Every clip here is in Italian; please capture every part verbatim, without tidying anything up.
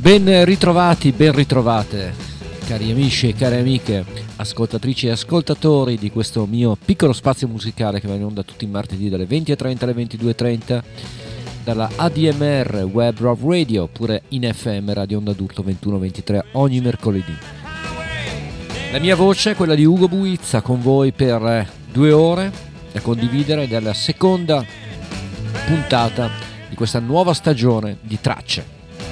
Ben ritrovati, ben ritrovate, cari amici e care amiche, ascoltatrici e ascoltatori di questo mio piccolo spazio musicale che va in onda tutti i martedì dalle venti e trenta alle ventidue e trenta dalla A D M R Web Rock Radio oppure in F M Radio Onda Adulto ventuno ventitré ogni mercoledì. La mia voce è quella di Ugo Buizza, con voi per due ore da condividere della seconda puntata di questa nuova stagione di Tracce.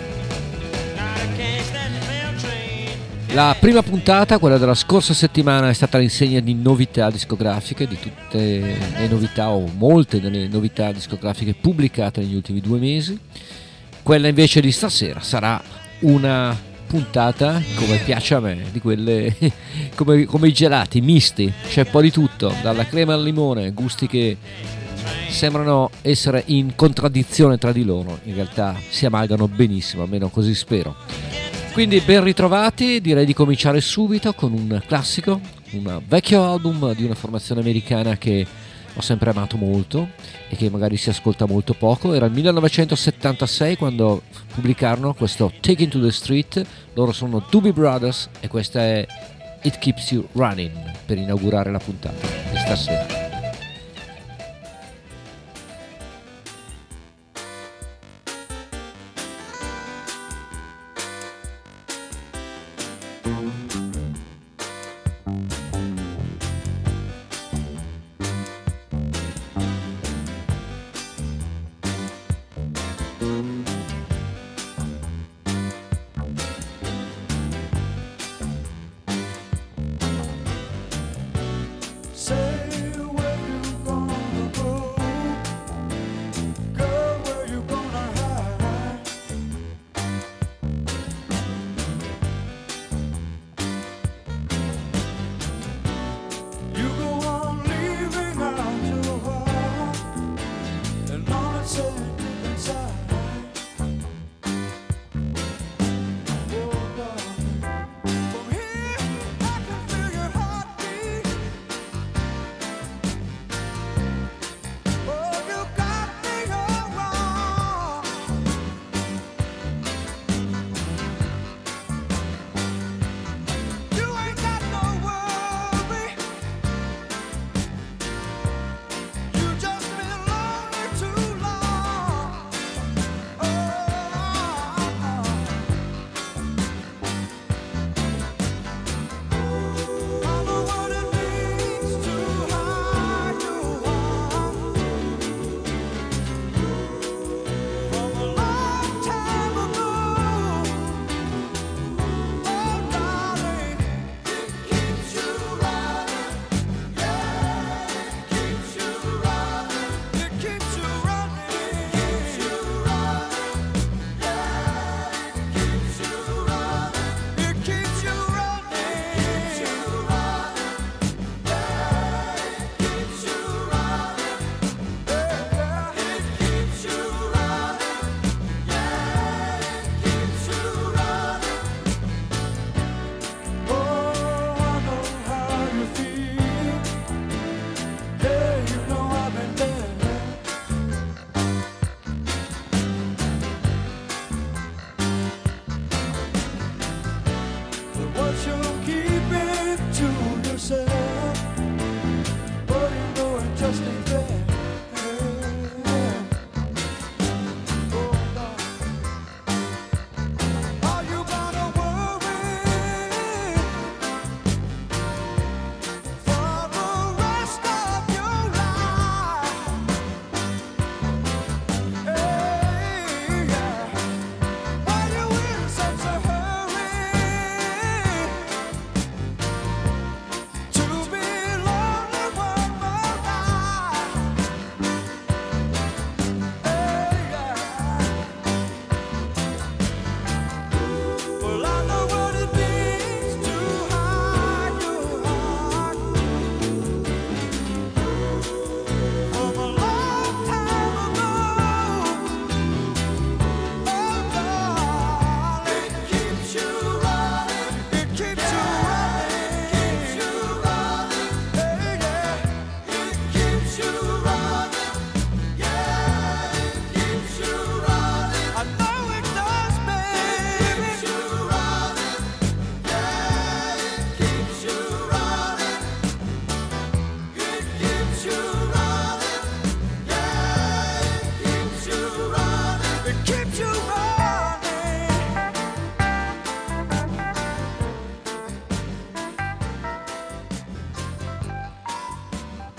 La prima puntata, quella della scorsa settimana, è stata l'insegna di novità discografiche, di tutte le novità o molte delle novità discografiche pubblicate negli ultimi due mesi. Quella invece di stasera sarà una puntata, come piace a me, di quelle come, come i gelati, misti, c'è un po' di tutto, dalla crema al limone, gusti che sembrano essere in contraddizione tra di loro, in realtà si amalgano benissimo, almeno così spero. Quindi ben ritrovati, direi di cominciare subito con un classico, un vecchio album di una formazione americana che ho sempre amato molto e che magari si ascolta molto poco. Era il millenovecentosettantasei quando pubblicarono questo Taken to the Street. Loro sono Doobie Brothers e questa è It Keeps You Running, per inaugurare la puntata di stasera.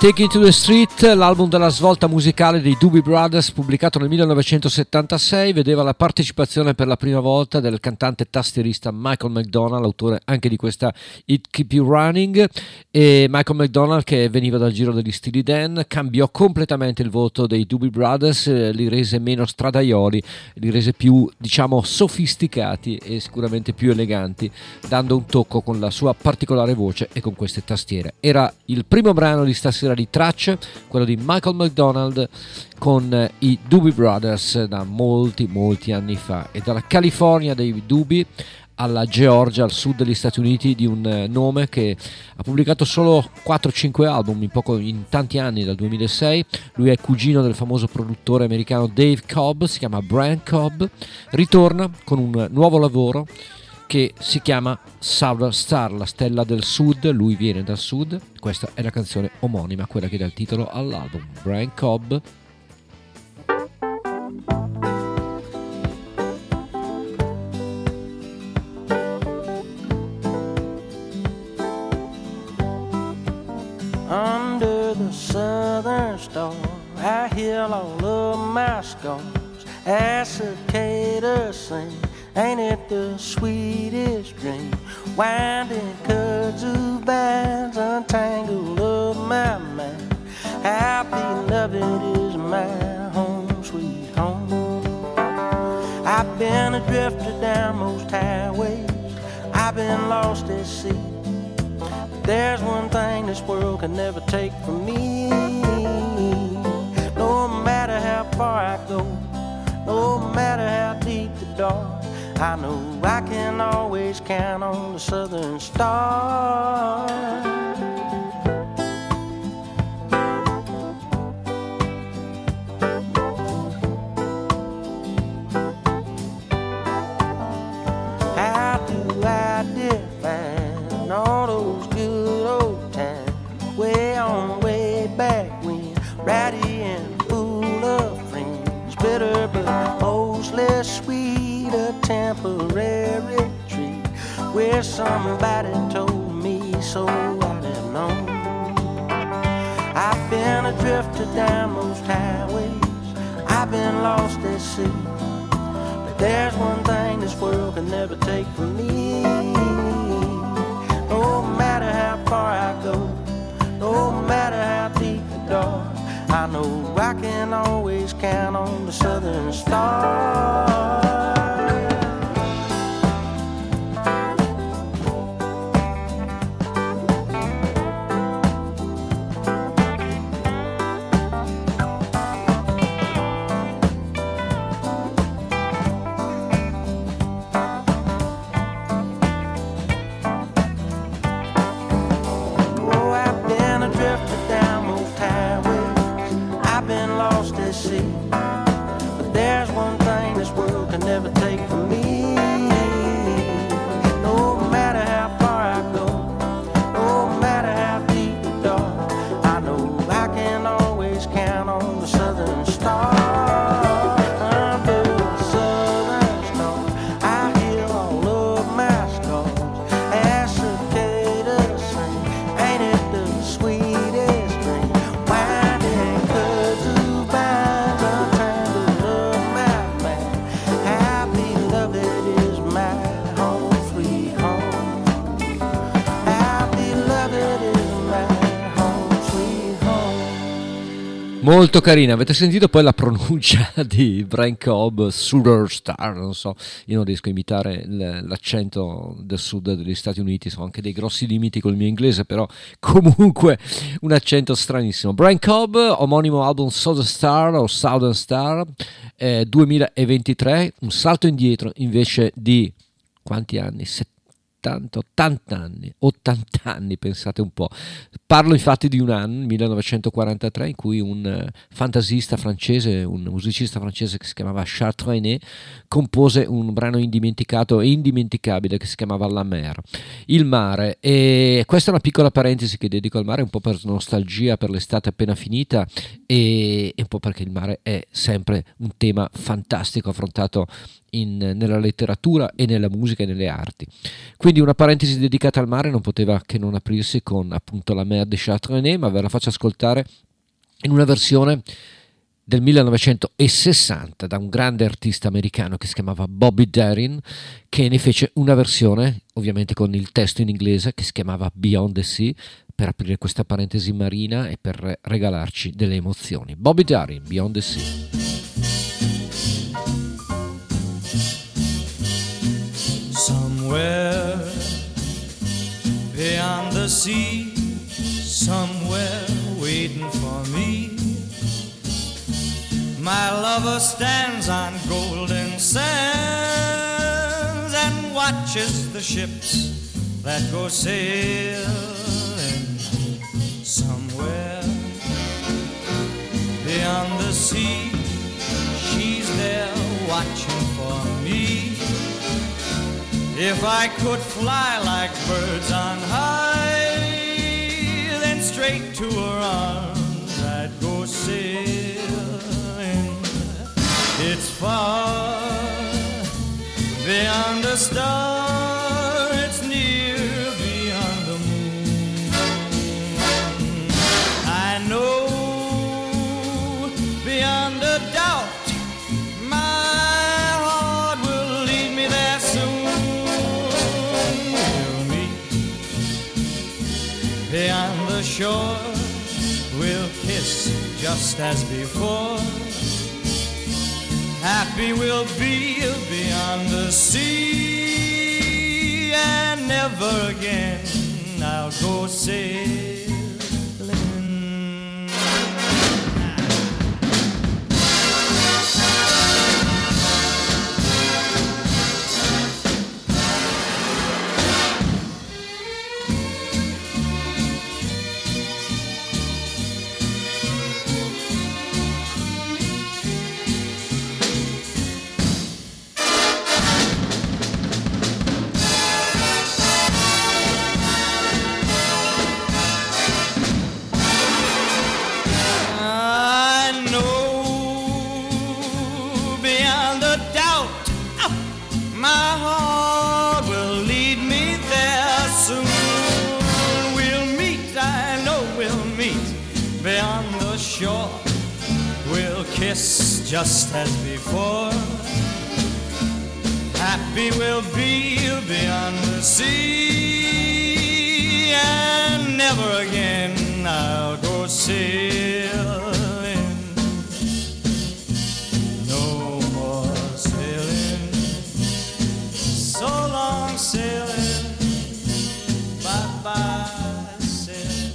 Take It to the Street, l'album della svolta musicale dei Doobie Brothers, pubblicato nel millenovecentosettantasei, vedeva la partecipazione per la prima volta del cantante tastierista Michael McDonald, autore anche di questa It Keep You Running. E Michael McDonald, che veniva dal giro degli Steely Dan, cambiò completamente il voto dei Doobie Brothers, eh, li rese meno stradaioli, li rese più, diciamo, sofisticati e sicuramente più eleganti, dando un tocco con la sua particolare voce e con queste tastiere. Era il primo brano di stasera di Tracce, quello di Michael McDonald con i Doobie Brothers da molti molti anni fa, e dalla California dei Doobie alla Georgia, al sud degli Stati Uniti, di un nome che ha pubblicato solo quattro cinque album in, poco, in tanti anni, dal duemilasei. Lui è cugino del famoso produttore americano Dave Cobb, si chiama Brian Cobb, ritorna con un nuovo lavoro che si chiama Southern Star, la stella del sud. Lui viene dal sud. Questa è la canzone omonima, quella che dà il titolo all'album, Brian Cobb. Under the southern star, I heal all of my scars as cicadas sing. Ain't it the sweetest dream? Winding kudzu bands untangled of my mind. Happy loving is my home, sweet home. I've been adrift down most highways, I've been lost at sea. But there's one thing this world can never take from me. No matter how far I go, no matter how deep the dark, I know I can always count on the Southern Star. How do I define all those good old times, way on way back when, ratty and full of friends, bitter but mostly sweet, a temporary treat where somebody told me so I'd have known. I've been adrift down most highways, I've been lost at sea. But there's one thing this world can never take from me. No matter how far I go, no matter how deep the dark, I know I can always count on the Southern Star. But there's one thing this world can never take from me. No matter how far I go, no matter how deep the dark, I know I can always count on the Southern Star. Under the Southern Star, I heal all of my scars as cicadas sing. Ain't it the sweetest dream? Winding kudzu bands untangled of my mind. Happy love, it is my home, sweet home. Happy love, it is my home, sweet home. Molto carina. Avete sentito poi la pronuncia di Brian Cobb, Southern Star, non so, io non riesco a imitare l- l'accento del sud degli Stati Uniti, so anche dei grossi limiti col mio inglese, però comunque un accento stranissimo. Brian Cobb, omonimo album Southern Star o Southern Star, eh, duemilaventitré, un salto indietro invece di quanti anni? settanta, ottanta anni, ottanta anni, pensate un po'. Parlo infatti di un anno, millenovecentoquarantatré, in cui un eh, fantasista francese, un musicista francese che si chiamava Charles Trenet, compose un brano indimenticato e indimenticabile che si chiamava La Mer, il mare. E questa è una piccola parentesi che dedico al mare, un po' per nostalgia per l'estate appena finita e, e un po' perché il mare è sempre un tema fantastico affrontato in, nella letteratura e nella musica e nelle arti. Quindi quindi una parentesi dedicata al mare non poteva che non aprirsi con appunto La Mer de Chardonnay, ma ve la faccio ascoltare in una versione del millenovecentosessanta da un grande artista americano che si chiamava Bobby Darin, che ne fece una versione ovviamente con il testo in inglese che si chiamava Beyond the Sea, per aprire questa parentesi marina e per regalarci delle emozioni. Bobby Darin, Beyond the Sea. Somewhere beyond the sea, somewhere waiting for me, my lover stands on golden sands and watches the ships that go sailing. Somewhere beyond the sea, she's there watching for me. If I could fly like birds on high, then straight to her arms I'd go sailing. It's far beyond a star, it's near beyond the moon. I know beyond a doubt my heart will lead me there soon. We'll meet beyond the shore, we'll kiss just as before. Happy we'll be beyond the sea, and never again I'll go sailing. Just as before, happy we'll be beyond the sea, and never again I'll go sailing. No more sailing, so long sailing, bye bye sailing.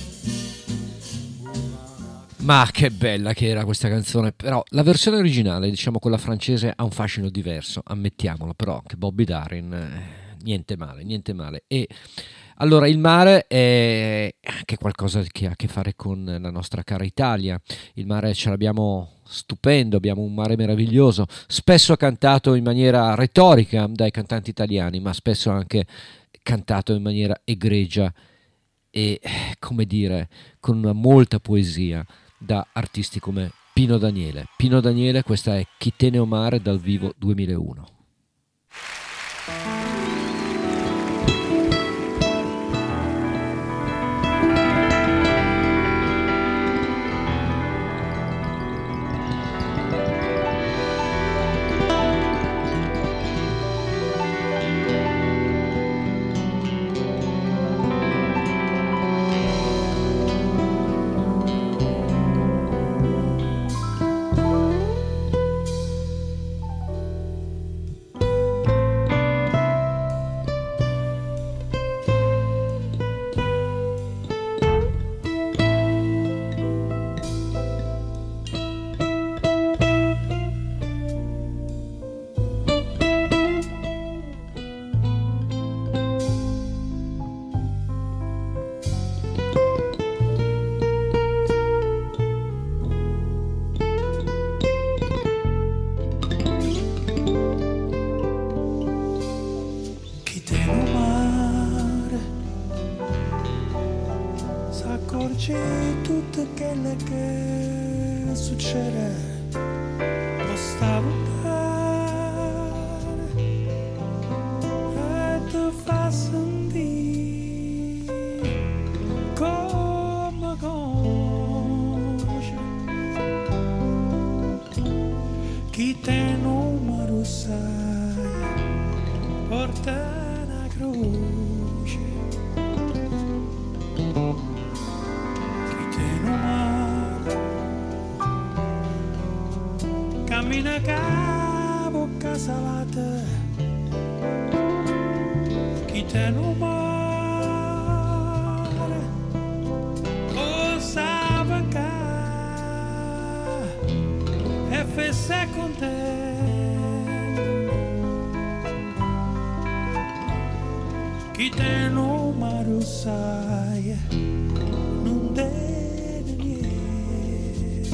Ma che bella che era questa canzone, però la versione originale, diciamo quella francese, ha un fascino diverso, ammettiamolo, però che Bobby Darin, eh, niente male, niente male. E allora il mare è anche qualcosa che ha a che fare con la nostra cara Italia. Il mare ce l'abbiamo stupendo, abbiamo un mare meraviglioso, spesso cantato in maniera retorica dai cantanti italiani, ma spesso anche cantato in maniera egregia e, come dire, con una molta poesia da artisti come Pino Daniele. Pino Daniele, questa è Chi te ne o mare dal vivo duemilauno. Tutto quello che succede lo stavo bene e tu fai te non male, cammina ca bocca salata, chi te non male, cosa venga e fesse con te. Chi te non maro sai, non deve niente.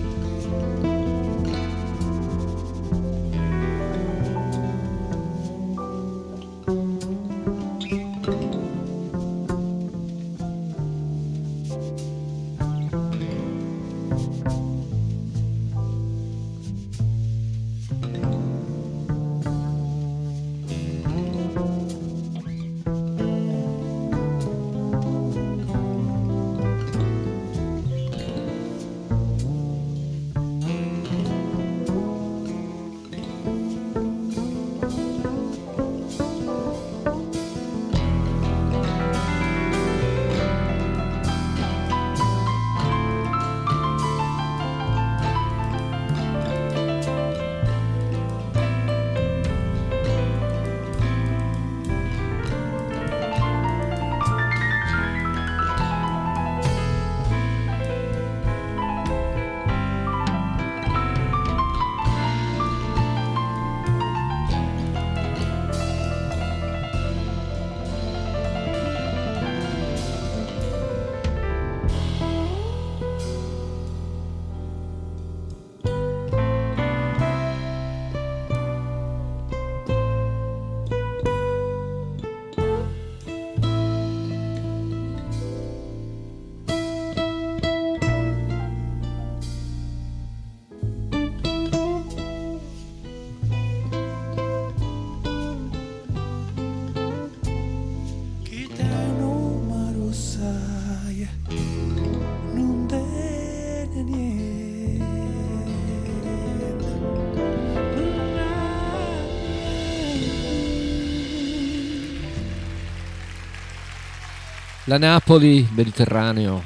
La Napoli, Mediterraneo,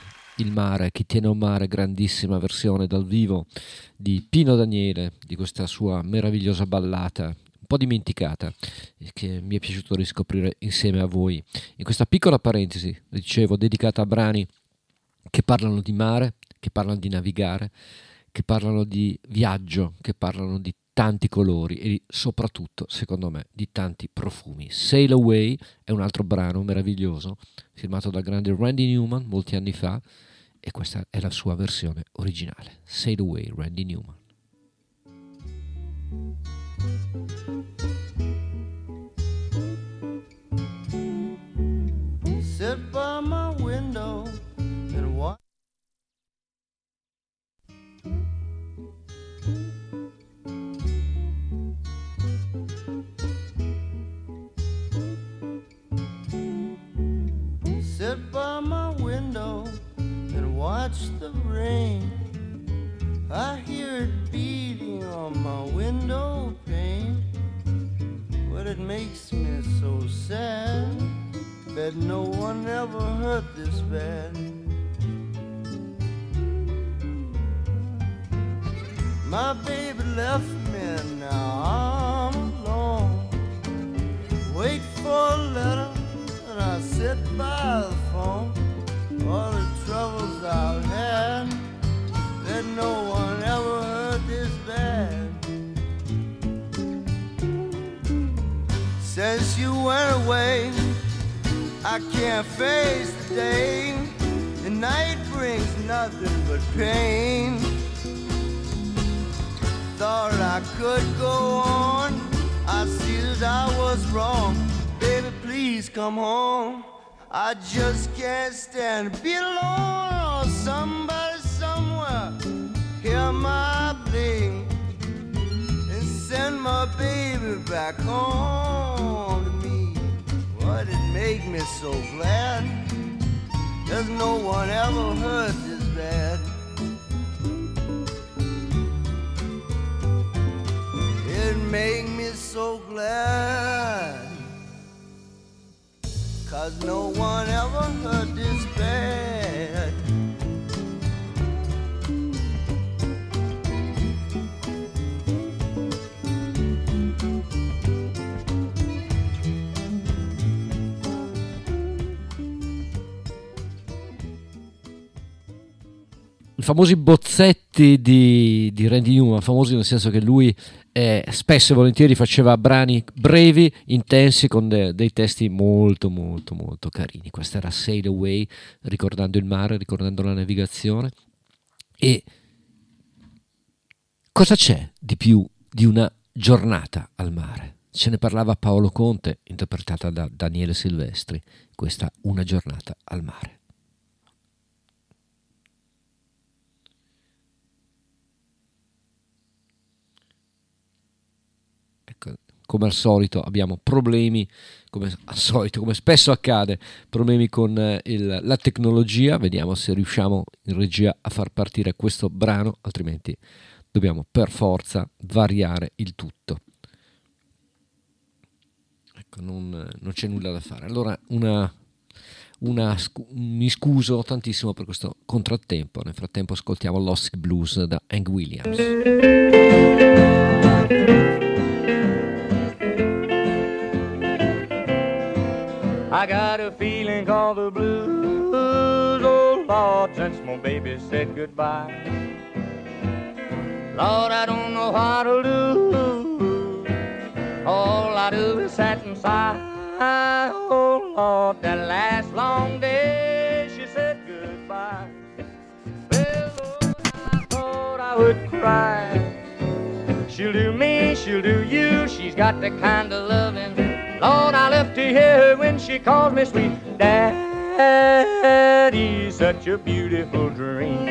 il mare, chi tiene un mare, grandissima versione dal vivo di Pino Daniele, di questa sua meravigliosa ballata, un po' dimenticata, che mi è piaciuto riscoprire insieme a voi. In questa piccola parentesi, dicevo, dedicata a brani che parlano di mare, che parlano di navigare, che parlano di viaggio, che parlano di tanti colori e soprattutto, secondo me, di tanti profumi. Sail Away è un altro brano meraviglioso, firmato dal grande Randy Newman molti anni fa, e questa è la sua versione originale. Sail Away, Randy Newman. Sit by my window and watch. Sit by my window and watch the rain. I hear it beating on my window pane, but it makes me so sad that no one ever hurt this bad. My baby left me and now I'm alone. Wait for a letter and I sit by the phone. All the troubles I've had, that no one ever heard this bad. Since you went away, I can't face the day. The night brings nothing but pain. Thought I could go on, I see that I was wrong. Baby, please come home. I just can't stand to be alone, or somebody somewhere hear my plea and send my baby back home to me. But it made me so glad, there's no one ever heard this bad. It made me so glad, 'cause no one ever heard this bad. i famosi bozzetti di, di Randy Newman, famosi nel senso che lui eh, spesso e volentieri faceva brani brevi, intensi, con de, dei testi molto molto molto carini. Questa era Sail Away, ricordando il mare, ricordando la navigazione. E cosa c'è di più di una giornata al mare? Ce ne parlava Paolo Conte, interpretata da Daniele Silvestri, questa Una giornata al mare. Ecco, come al solito abbiamo problemi, come al solito, come spesso accade, problemi con il, la tecnologia. Vediamo se riusciamo in regia a far partire questo brano, altrimenti dobbiamo per forza variare il tutto. Non, non c'è nulla da fare. Allora una, una, mi scuso tantissimo per questo contrattempo. Nel frattempo ascoltiamo Lost Sick Blues da Hank Williams. I got a feeling called the blues, oh Lord, since my baby said goodbye. Lord, I don't know how to do. All I do is sit and sigh. Oh Lord, that last long day she said goodbye. Well, Lord, I thought I would cry. She'll do me, she'll do you. She's got the kind of loving, Lord, I love to hear her when she calls me sweet Daddy. Such a beautiful dream.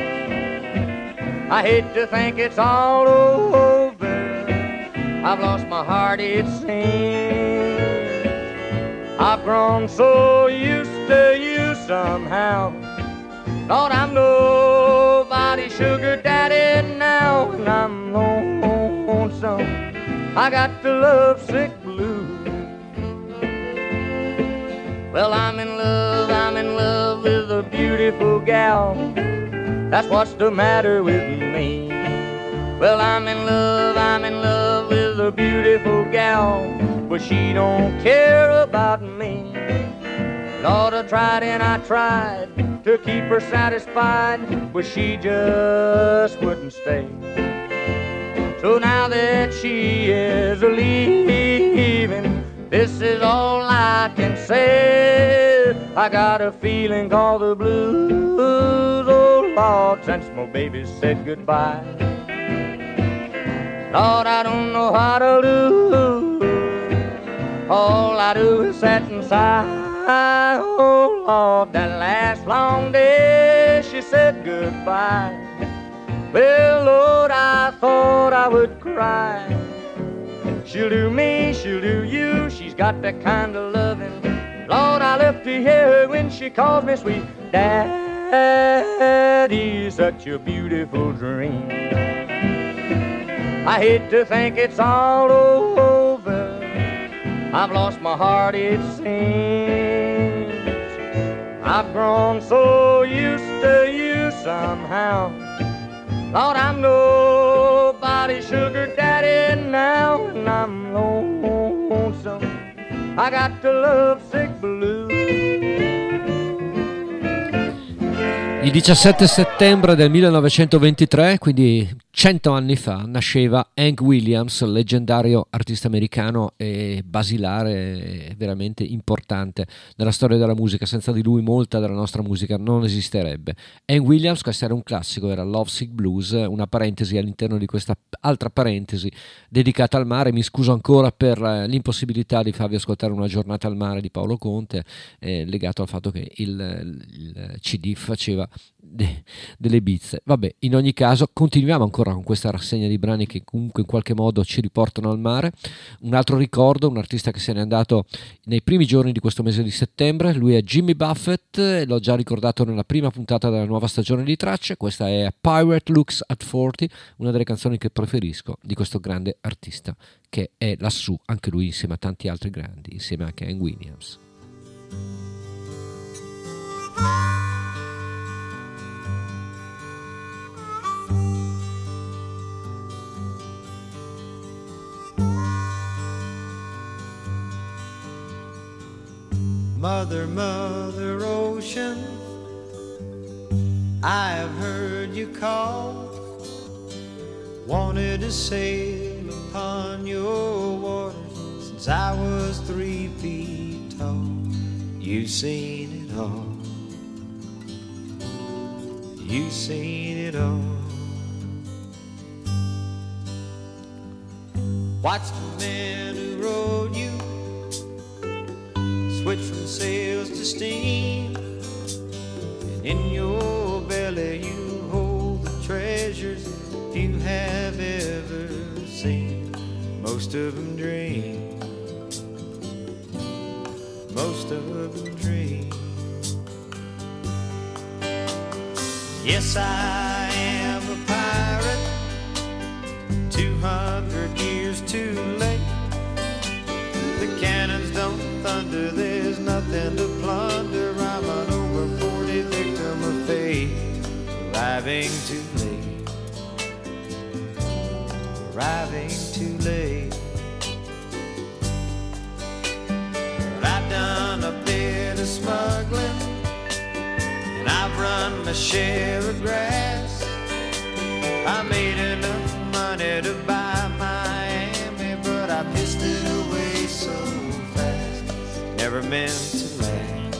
I hate to think it's all over. I've lost my heart, it seems. I've grown so used to you somehow. Lord, I'm nobody's sugar daddy now, and I'm lonesome. I got the lovesick blues. Well, I'm in love, I'm in love with a beautiful gal. That's what's the matter with me. Well, I'm in love, I'm in love with a beautiful gal, but she don't care about me. Lord, I tried and I tried to keep her satisfied, but she just wouldn't stay. So now that she is leaving, this is all I can say. I got a feeling called the blues, oh Lord, since my baby said goodbye. Lord, I don't know how to do. All I do is sit and sigh. Oh Lord, that last long day she said goodbye. Well, Lord, I thought I would cry. She'll do me, she'll do you. She's got that kind of loving, Lord, I love to hear her when she calls me sweet Daddy. Such a beautiful dream. I hate to think it's all over. I've lost my heart, it seems. I've grown so used to you somehow. Lord, I'm nobody's sugar daddy now, and I'm lonesome. I got the lovesick blues. Il diciassette settembre del millenovecentoventitré, quindi cento anni fa, nasceva Hank Williams, leggendario artista americano e basilare, veramente importante nella storia della musica. Senza di lui molta della nostra musica non esisterebbe. Hank Williams, questo era un classico, era Lovesick Blues, una parentesi all'interno di questa altra parentesi dedicata al mare. Mi scuso ancora per l'impossibilità di farvi ascoltare Una giornata al mare di Paolo Conte, eh, legato al fatto che il, il C D faceva de, delle bizze. Vabbè, in ogni caso continuiamo ancora con questa rassegna di brani che comunque in qualche modo ci riportano al mare. Un altro ricordo, un artista che se n'è andato nei primi giorni di questo mese di settembre, lui è Jimmy Buffett, l'ho già ricordato nella prima puntata della nuova stagione di Tracce. Questa è Pirate Looks at quaranta, una delle canzoni che preferisco di questo grande artista che è lassù, anche lui insieme a tanti altri grandi, insieme anche a Hank Williams. Mother, Mother Ocean, I have heard you call. Wanted to sail upon your waters since I was three feet tall. You've seen it all. You've seen it all. Watched the men who rode you switch from sails to steam, and in your belly you hold the treasures you have ever seen. Most of them dream, most of them dream. Yes, I am a pirate, two hundred years too late. The cannons don't thunder, there's nothing to plunder. I'm an over forty victim of fate, arriving too late, arriving too late. But I've done a bit of smuggling, and I've run my share of grass. I made enough money to buy Miami, but I pissed it away so fast. Never meant to last,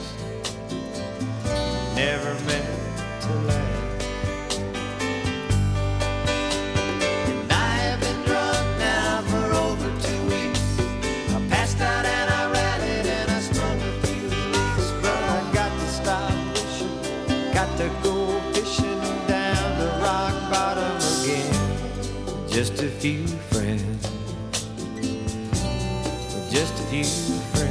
never meant to last. And I have been drunk now for over two weeks. I passed out and I rallied and I smoked a few leaks, but I got to stop fishing, got to go fishing down the rock bottom again. Just a few friends, just a few friends.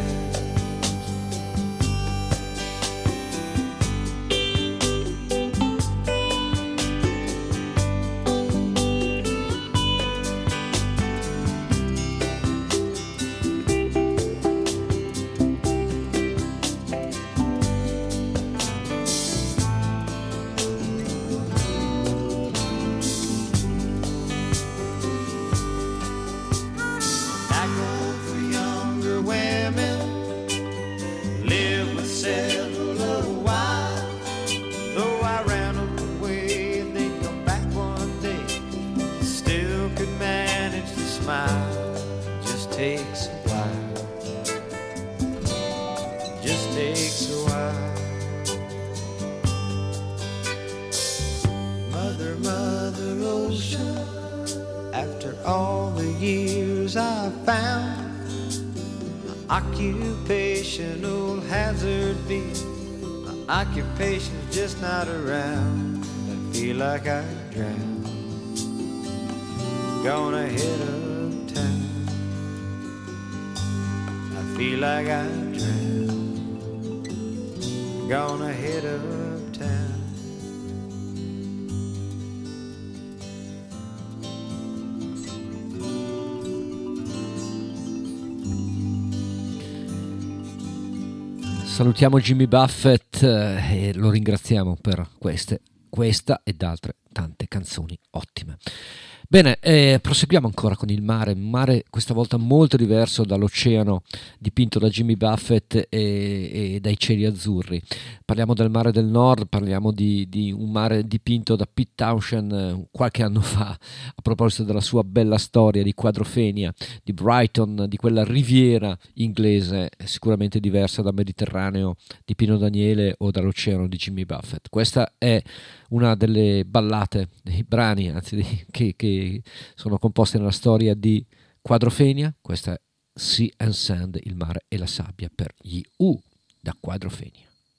Occupational hazard be my occupation's just not around. I feel like I drown. Gonna head uptown. I feel like I drown. Gonna head uptown. Salutiamo Jimmy Buffett eh, e lo ringraziamo per queste, questa ed altre tante canzoni ottime. Bene, eh, proseguiamo ancora con il mare, un mare questa volta molto diverso dall'oceano dipinto da Jimmy Buffett e, e dai cieli azzurri. Parliamo del mare del nord, parliamo di, di un mare dipinto da Pete Townshend eh, qualche anno fa, a proposito della sua bella storia di Quadrofenia, di Brighton, di quella riviera inglese sicuramente diversa dal Mediterraneo di Pino Daniele o dall'oceano di Jimmy Buffett. Questa è una delle ballate, dei brani anzi di, che, che sono composti nella storia di Quadrofenia. Questa è Sea and Sand, il mare e la sabbia, per gli U da Quadrofenia.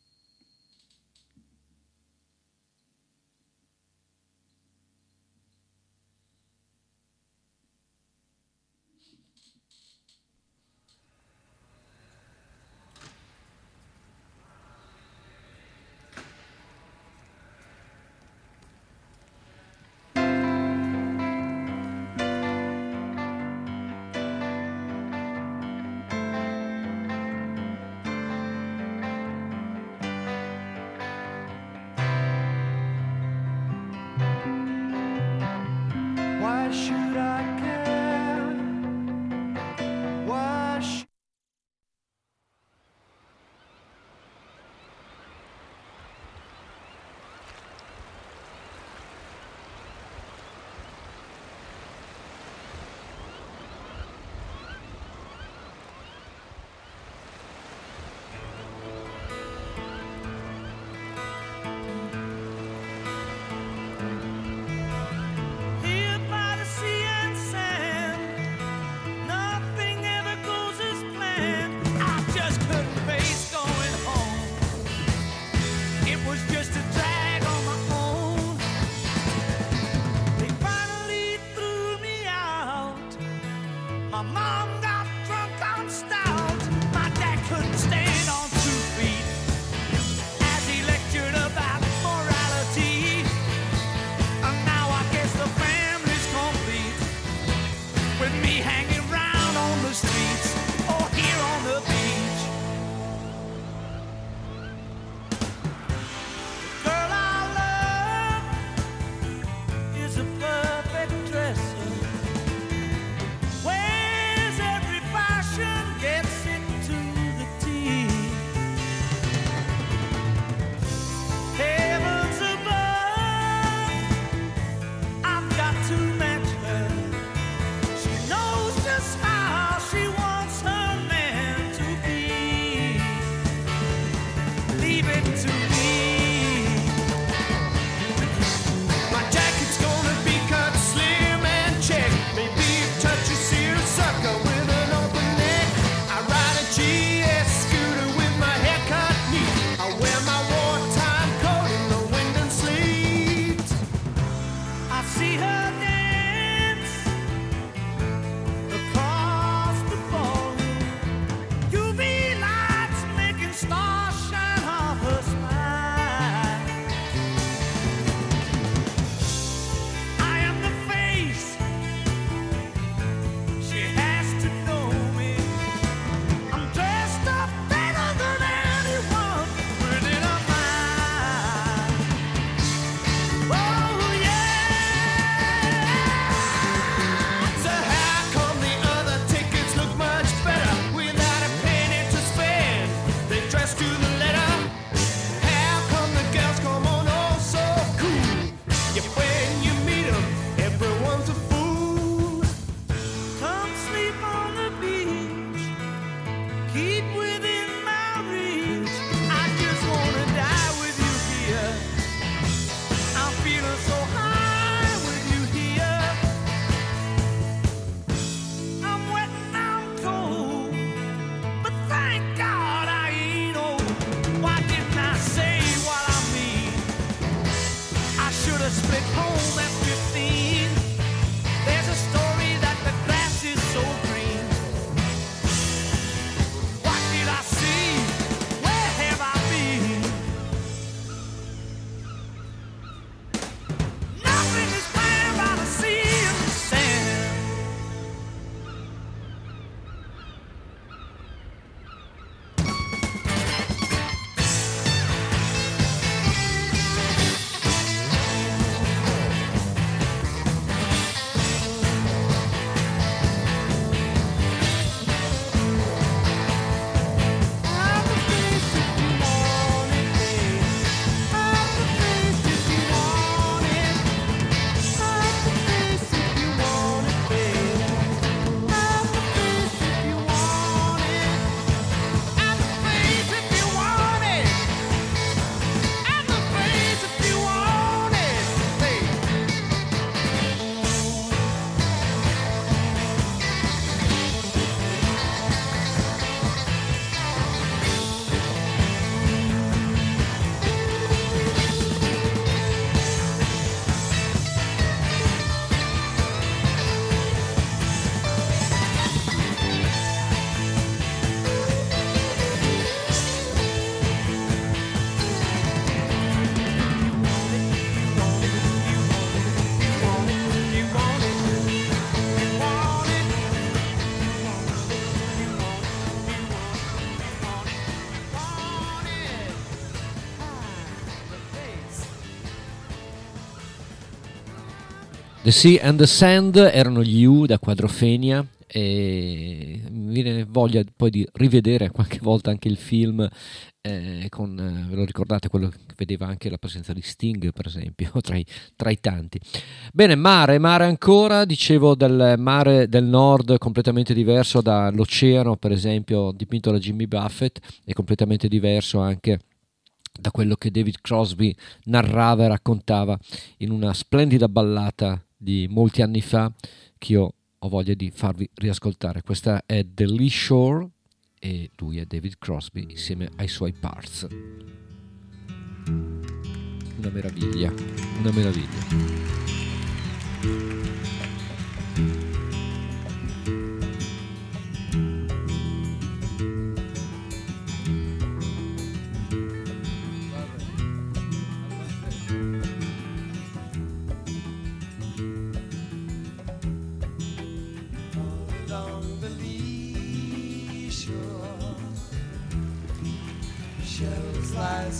Why should I care? Why should My mom got drunk on stout. My dad couldn't stand on two feet as he lectured about morality. And now I guess the family's complete, with me hanging round on the streets or here on the beach. The girl I love is a perfect dresser, wears every fashion, gets it to the T. Heavens above, I've got to match her. She knows just how she wants her man to be. Leave it to me. My jacket's gonna be cut slim and check. Maybe a touch of seersucker with an open neck. I ride a G S scooter with my hair cut neat. I wear my wartime coat in the wind and sleet. I see her dance across the ballroom. U V lights making stars shine off her smile. I am the face. She has to know me. I'm dressed up better than anyone within a mile. Oh yeah. So how come the other tickets look much better without a penny to spend? They dress to the letter. How come the girls come on all so cool? Yeah, when you meet 'em, everyone's a fool. Come sleep on the beach, keep within my reach. I just wanna die with you here. I'm feeling so high with you here. I'm wet and I'm cold, but thank God I ain't old. Why didn't I say what I mean? I should have split home at fifteen. There's a story that the grass is so green. What did I see? Where have I been? Nothing is planned by the sea and the sand. The Sea and the Sand erano gli U da Quadrophenia, e mi viene voglia poi di rivedere qualche volta anche il film, eh, con, eh, ve lo ricordate, quello che vedeva anche la presenza di Sting, per esempio, tra i, tra i tanti. Bene, mare, mare ancora, dicevo del mare del nord completamente diverso dall'oceano, per esempio, dipinto da Jimmy Buffett, è completamente diverso anche da quello che David Crosby narrava e raccontava in una splendida ballata di molti anni fa, che io ho voglia di farvi riascoltare. Questa è The Lee Shore e lui è David Crosby insieme ai suoi Parts. Una meraviglia, una meraviglia.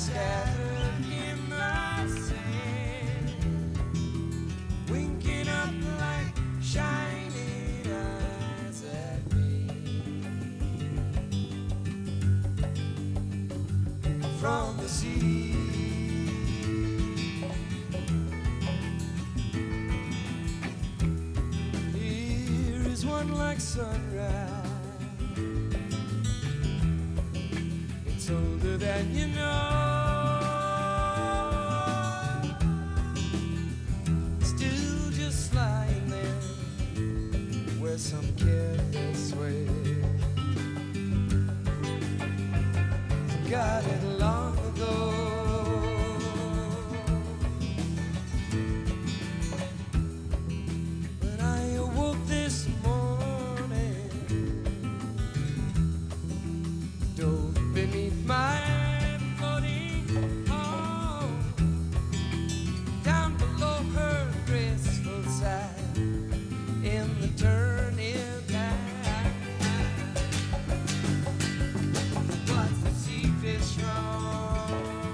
scattered in the sand, winking up like shining eyes at me. From the sea, here is one like sunrise. It's older than you know, still just lying there where some careless way got it long ago. When I awoke this morning, dove beneath my floating home, down below her graceful side in the turning tide. But the sea fish strong,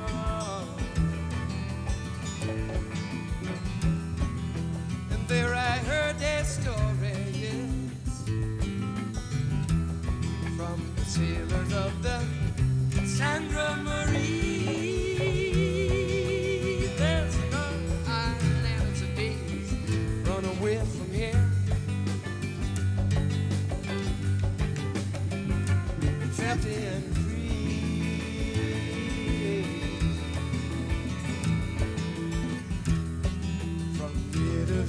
and there I heard their story, yes, from the sailors of the Sandra Marie. There's another island of days run away from here. It's empty and free. From here to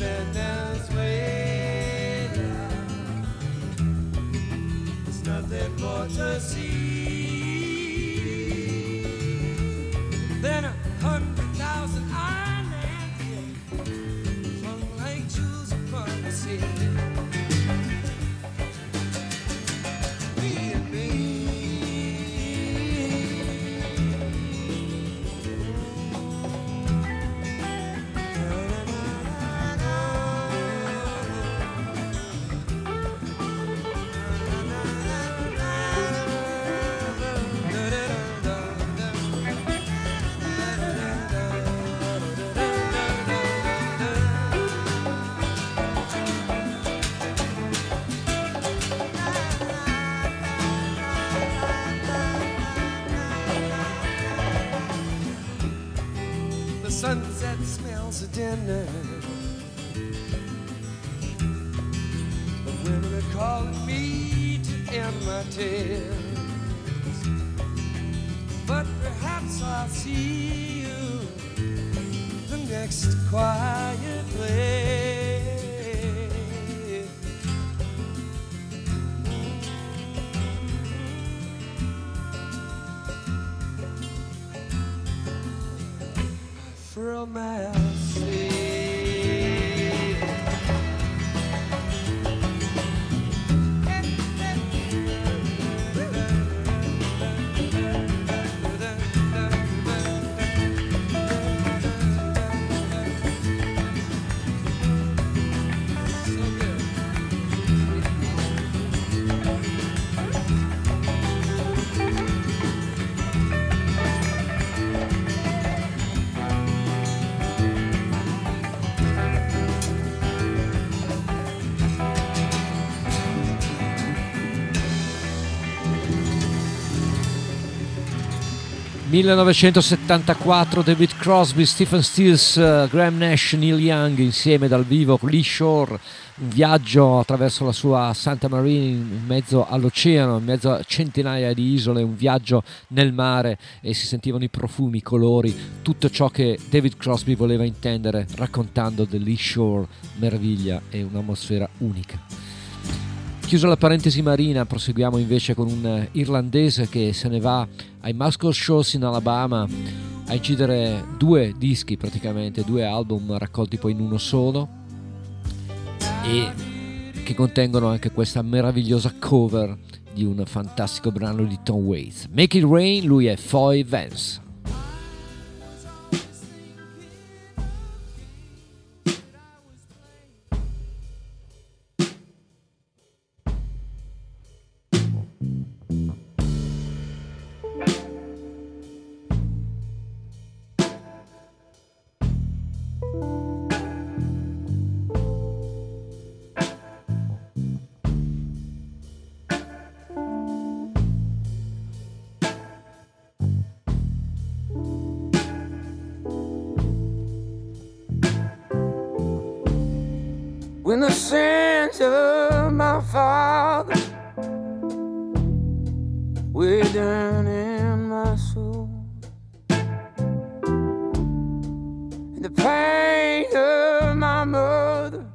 Venezuela, there's nothing more to see. Then a hundred thousand islands, yeah, flung like jewels upon the sea. Me and me. The sunset smells of dinner. The women are calling me to end my tales, but perhaps I'll see you the next quiet place. From my sea. millenovecentosettantaquattro, David Crosby, Stephen Stills, uh, Graham Nash, Neil Young insieme dal vivo, Lee Shore, un viaggio attraverso la sua Santa Maria in mezzo all'oceano, in mezzo a centinaia di isole, un viaggio nel mare, e si sentivano i profumi, i colori, tutto ciò che David Crosby voleva intendere raccontando The Lee Shore, meraviglia e un'atmosfera unica. Chiusa la parentesi marina, proseguiamo invece con un irlandese che se ne va ai Muscle Shoals in Alabama a incidere due dischi, praticamente due album raccolti poi in uno solo, e che contengono anche questa meravigliosa cover di un fantastico brano di Tom Waits. Make It Rain, lui è Foy Vance. when the sins of my father way down in my soul, and the pain of my mother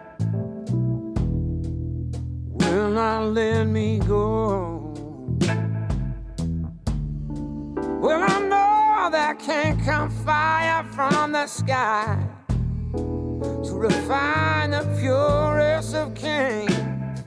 will not let me go. Well, I know that can't come fire from the sky to refine the purest of kings.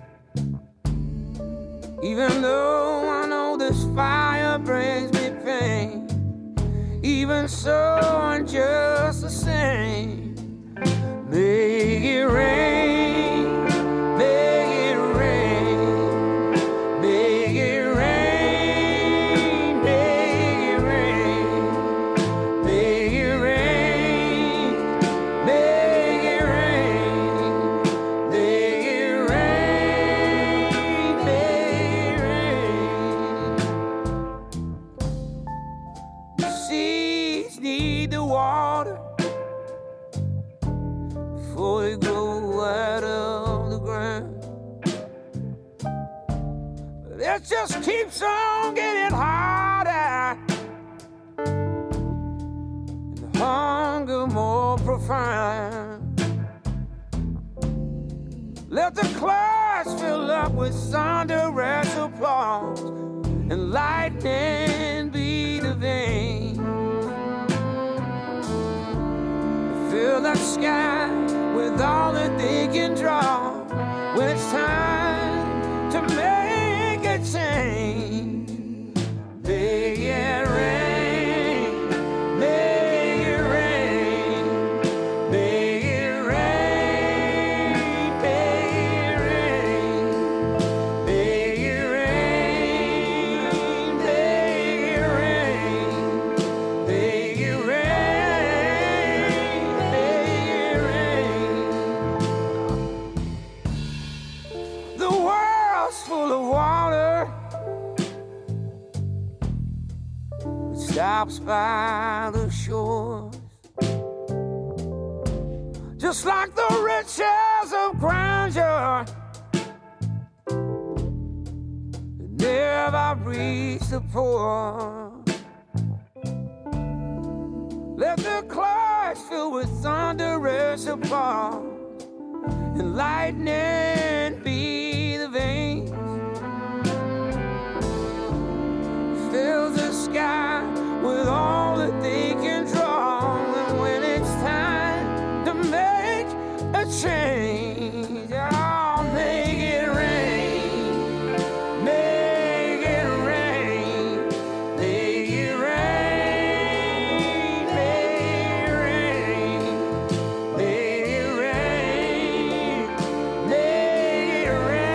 Even though I know this fire brings me pain, even so I'm just the same. Make it rain, make it rain, make it rain, make it rain, make it rain, make it rain, make it rain, make it rain. The seeds need the water before they grow out of the ground. But it just keeps on getting harder, and the hunger more profound. Let the clouds fill up with thunderous applause, and lightning be the vein. Fill the sky with all that they can draw when it's time to make a change. Make it rain, make it rain, make it rain, make it rain, make it rain, make it rain, make it rain, make it rain. The world's full of water, it stops by the shores, just like the riches of grandeur that never reach the poor. Let the clouds fill with thunderous applause, and lightning be the veins. Fill the sky with all that they can draw, and when it's time to make a change, oh, make it rain, make it rain, make it rain, make it rain, make it rain, make it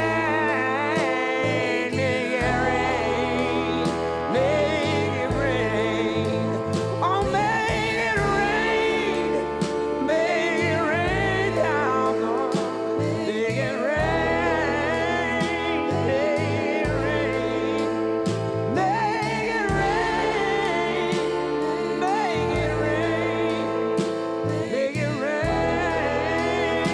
rain, make it rain, make it rain, oh, make it rain, make it rain down, Lord. Make it rain, make it rain, make it rain, make it rain, make it rain,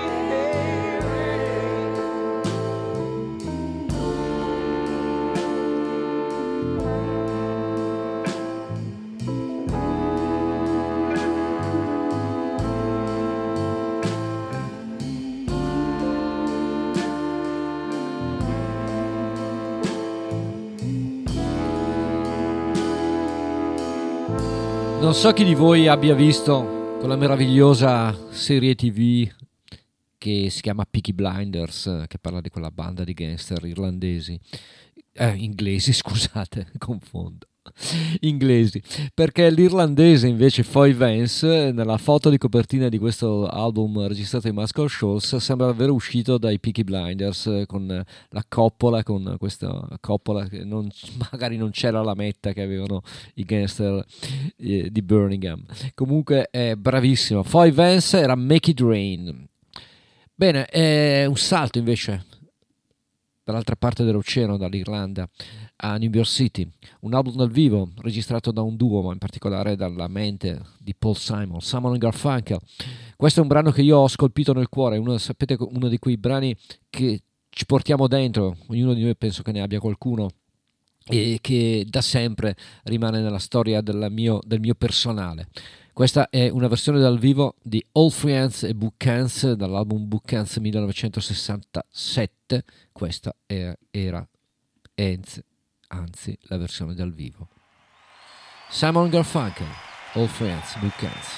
Non so chi di voi abbia visto quella meravigliosa serie tivù che si chiama Peaky Blinders, che parla di quella banda di gangster irlandesi, eh, inglesi, scusate, confondo. Inglesi, perché l'irlandese invece Foy Vance nella foto di copertina di questo album registrato in Muscle Shoals sembra aver uscito dai Peaky Blinders con la coppola, con questa coppola che non, magari non c'era la metta che avevano i gangster eh, di Birmingham. Comunque è bravissimo. Foy Vance era Make It Rain. Bene, è un salto invece dall'altra parte dell'oceano, dall'Irlanda a New York City, un album dal vivo registrato da un duo, ma in particolare dalla mente di Paul Simon, Simon and Garfunkel, Questo è un brano che io ho scolpito nel cuore, uno, sapete, uno di quei brani che ci portiamo dentro, ognuno di noi penso che ne abbia qualcuno, e che da sempre rimane nella storia del mio, del mio personale. Questa è una versione dal vivo di Old Friends e Book Hands dall'album Book Hands millenovecentosessantasette. Questa era, era anzi la versione dal vivo. Simon Garfunkel, Old Friends, Book Hands.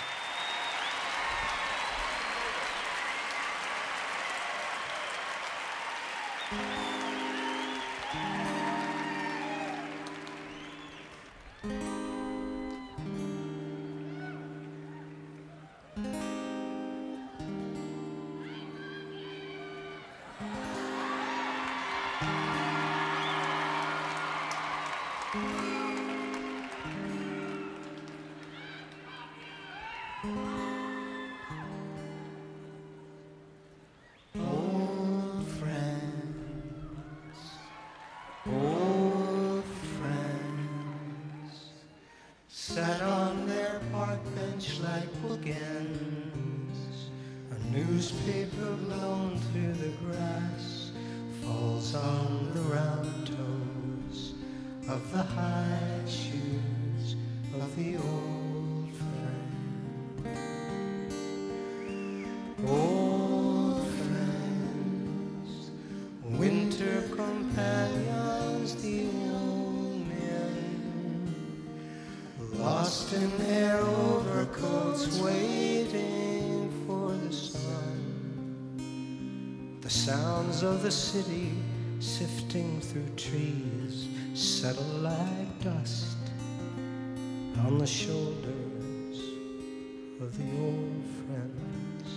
Of the city sifting through trees settle like dust on the shoulders of the old friends.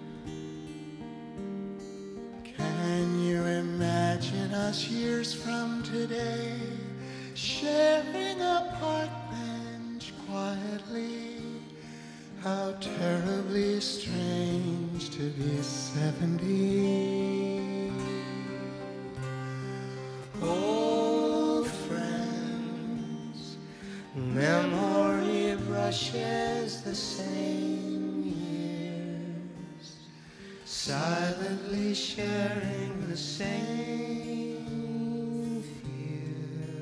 Can you imagine us years from today sharing a park bench quietly? How terribly strange to be seventy. Old friends, memory brushes the same years, silently sharing the same fear.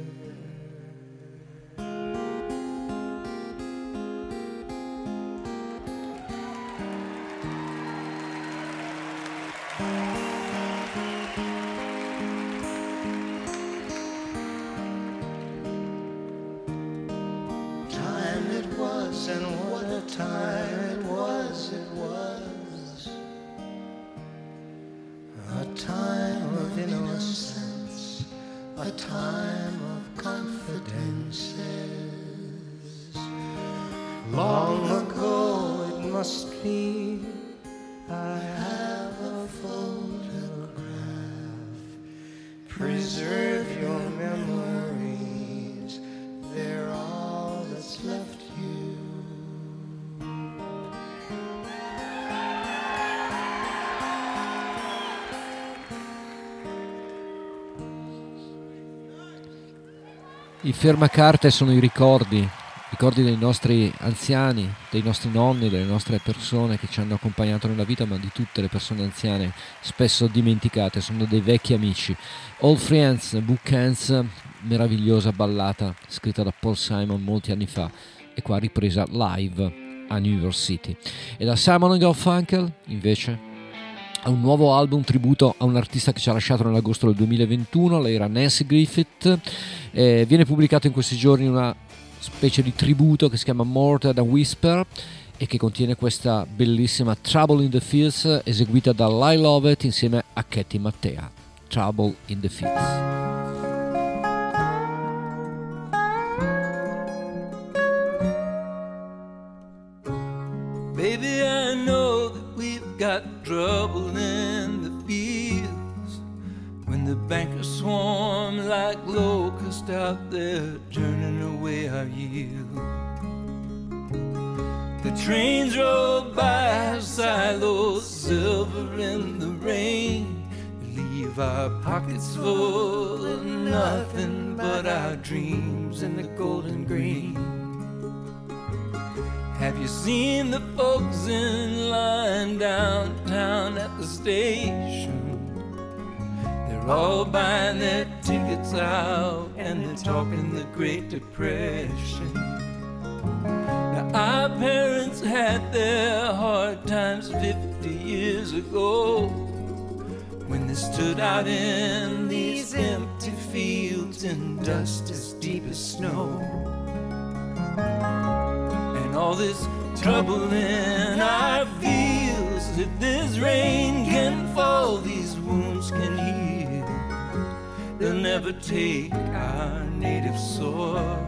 I fermacarte sono i ricordi, ricordi dei nostri anziani, dei nostri nonni, delle nostre persone che ci hanno accompagnato nella vita, ma di tutte le persone anziane spesso dimenticate, sono dei vecchi amici. Old Friends, Book Hands, meravigliosa ballata scritta da Paul Simon molti anni fa e qua ripresa live a New York City. E da Simon and Garfunkel invece a un nuovo album tributo a un artista che ci ha lasciato nell'agosto del duemilaventuno, lei era Nanci Griffith. Eh, viene pubblicato in questi giorni una specie di tributo che si chiama More Than a Whisper e che contiene questa bellissima Trouble in the Fields eseguita da Lyle Lovett insieme a Katy Mattea. Trouble in the Fields. Baby, I know that we've got trouble in the fields when the bankers swarm like locusts out there turning away our yield. The trains roll by silos, silver in the rain, leave our pockets full of nothing but our dreams and the golden grain. Have you seen the folks in line going downtown at the station. They're all buying their tickets out and they're talking the Great Depression. Now our parents had their hard times fifty years ago, when they stood out in these empty fields in dust as deep as snow. And all this trouble in our fields, if this rain can fall, these wounds can heal. They'll never take our native soil.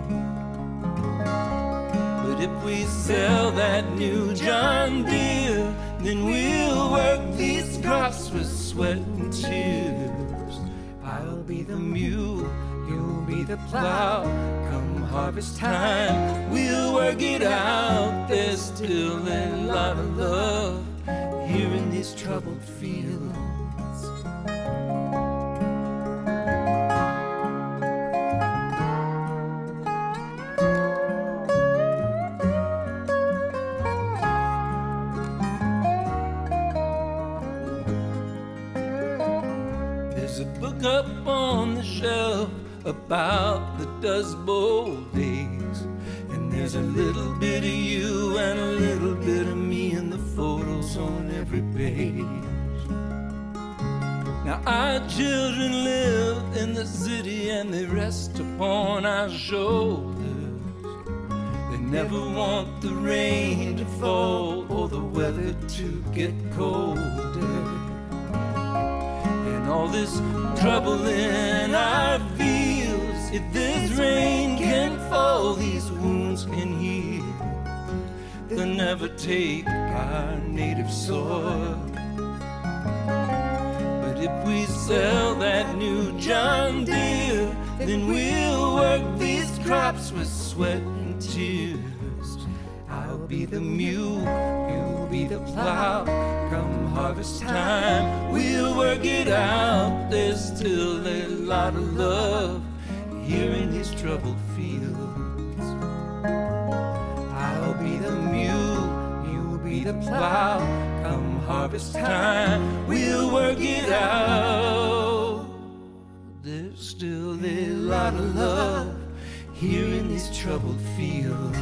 But if we sell that new John Deere, then we'll work these crops with sweat and tears. I'll be the mule, you'll be the plow. Come harvest time, we'll work it out. There's still a lot of love here in these troubled fields. Up on the shelf about the Dust Bowl days, and there's a little bit of you and a little bit of me in the photos on every page. Now our children live in the city and they rest upon our shoulders. They never want the rain to fall or the weather to get colder. All this trouble in our fields, if this rain can fall, these wounds can heal. They'll never take our native soil. But if we sell that new John Deere, then we'll work these crops with sweat and tears. I'll be the mule, you'll be the plow. Come harvest time, we'll work it out. There's still a lot of love here in these troubled fields. I'll be the mule, you'll be the plow. Come harvest time, we'll work it out. There's still a lot of love here in these troubled fields.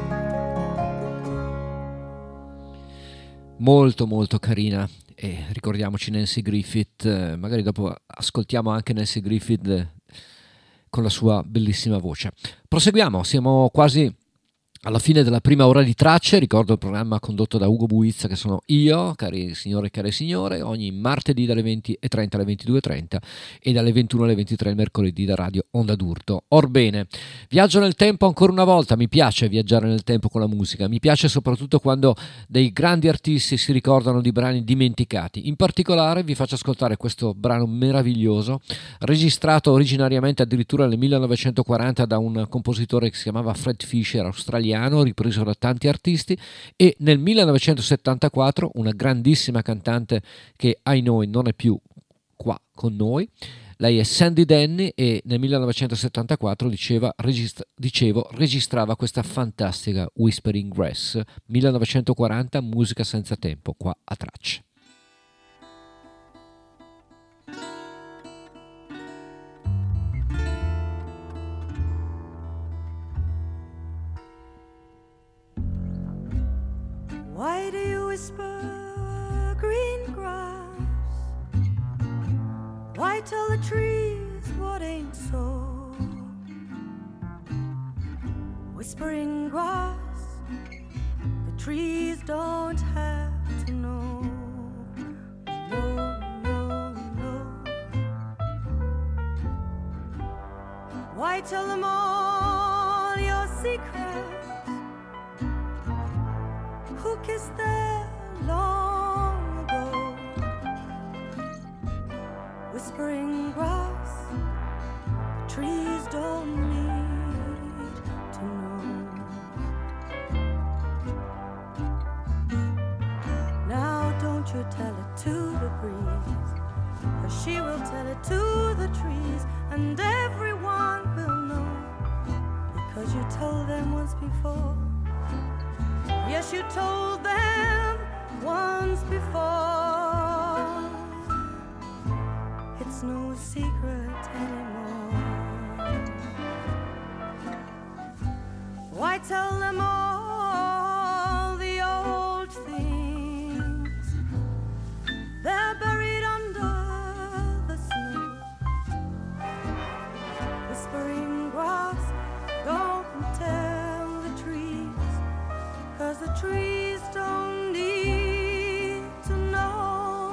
Molto molto carina, e ricordiamoci Nancy Griffith, eh, magari dopo ascoltiamo anche Nancy Griffith eh, con la sua bellissima voce. Proseguiamo, siamo quasi alla fine della prima ora di Tracce. Ricordo il programma condotto da Ugo Buizza, che sono io, cari signore e care signore, ogni martedì dalle venti e trenta alle ventidue e trenta e dalle ventuno alle ventitré il mercoledì da Radio Onda d'Urto. Orbene, viaggio nel tempo ancora una volta. Mi piace viaggiare nel tempo con la musica, mi piace soprattutto quando dei grandi artisti si ricordano di brani dimenticati. In particolare vi faccio ascoltare questo brano meraviglioso, registrato originariamente addirittura nel millenovecentoquaranta da un compositore che si chiamava Fred Fisher, australiano, ripreso da tanti artisti, e nel millenovecentosettantaquattro una grandissima cantante che ai noi non è più qua con noi. Lei è Sandy Denny e nel millenovecentosettantaquattro diceva, registra, dicevo, registrava questa fantastica Whispering Grass. millenovecentoquaranta, musica senza tempo, qua a Tracce. Why do you whisper green grass? Why tell the trees what ain't so? Whispering grass, the trees don't have to know. No, no, no. Why tell them all your secrets? Who kissed there long ago? Whispering grass, the trees don't need to know. Now don't you tell it to the breeze, 'cause she will tell it to the trees, and everyone will know, because you told them once before. Yes, you told them once before. tell them all the old things. They're buried under the snow. Whispering grass, don't tell the trees, 'cause the trees don't need to know.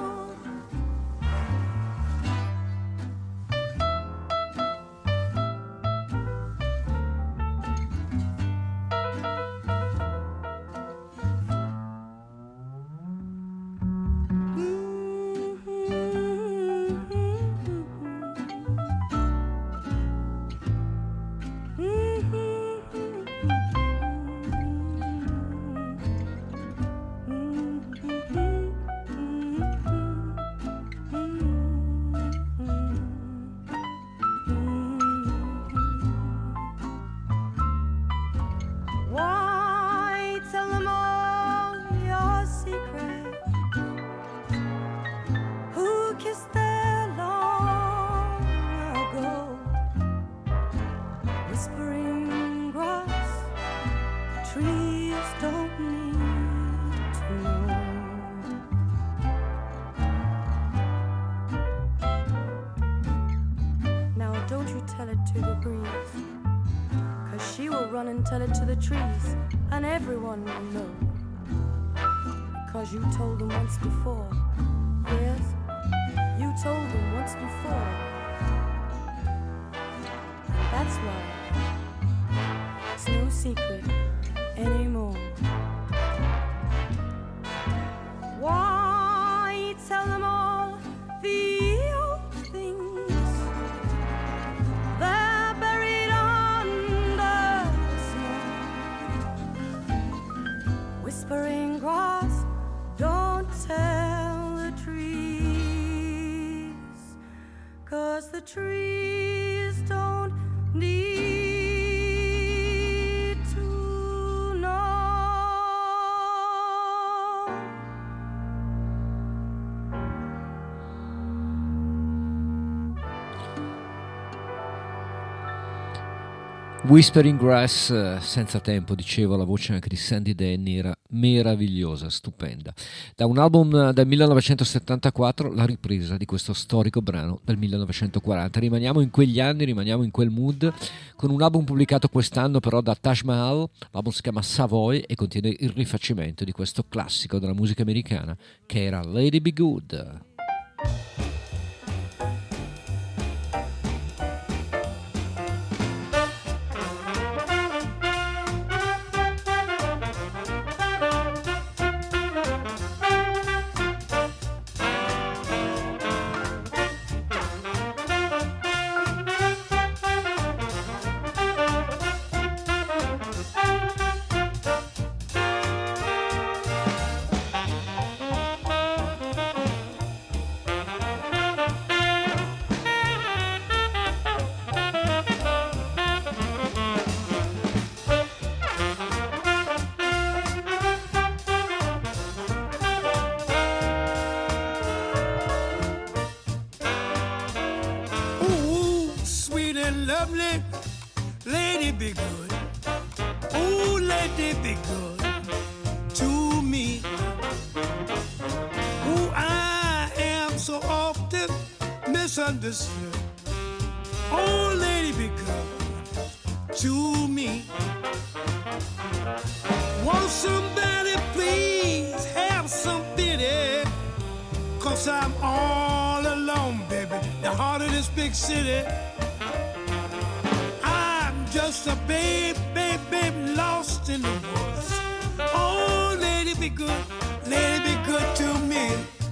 Why tell them all your secret? Who kissed there long ago? Whispering grass, trees don't need to know. Now don't you tell it to the breeze, 'cause she will run and tell it to the trees, and everyone will know. Because you told them once before. Yes, you told them once before. That's why it's no secret anymore. Why tell them all the old things? They're buried under the snow. Whispering grass, don't tell the trees, 'cause the trees don't need to know. Whispering Grass, eh, senza tempo, dicevo, la voce anche di Sandy Denny era meravigliosa, stupenda. Da un album del millenovecentosettantaquattro, la ripresa di questo storico brano del millenovecentoquaranta. Rimaniamo in quegli anni, rimaniamo in quel mood, con un album pubblicato quest'anno però da Taj Mahal. L'album si chiama Savoy e contiene il rifacimento di questo classico della musica americana che era Lady Be Good. Lovely lady be good, oh lady be good to me. Oh, I am so often misunderstood. Oh lady be good to me. Won't somebody please have some pity, 'cause I'm all alone, baby, the heart of this big city. Just a babe, babe, babe, lost in the woods. Oh, lady, be good, lady, be good to me.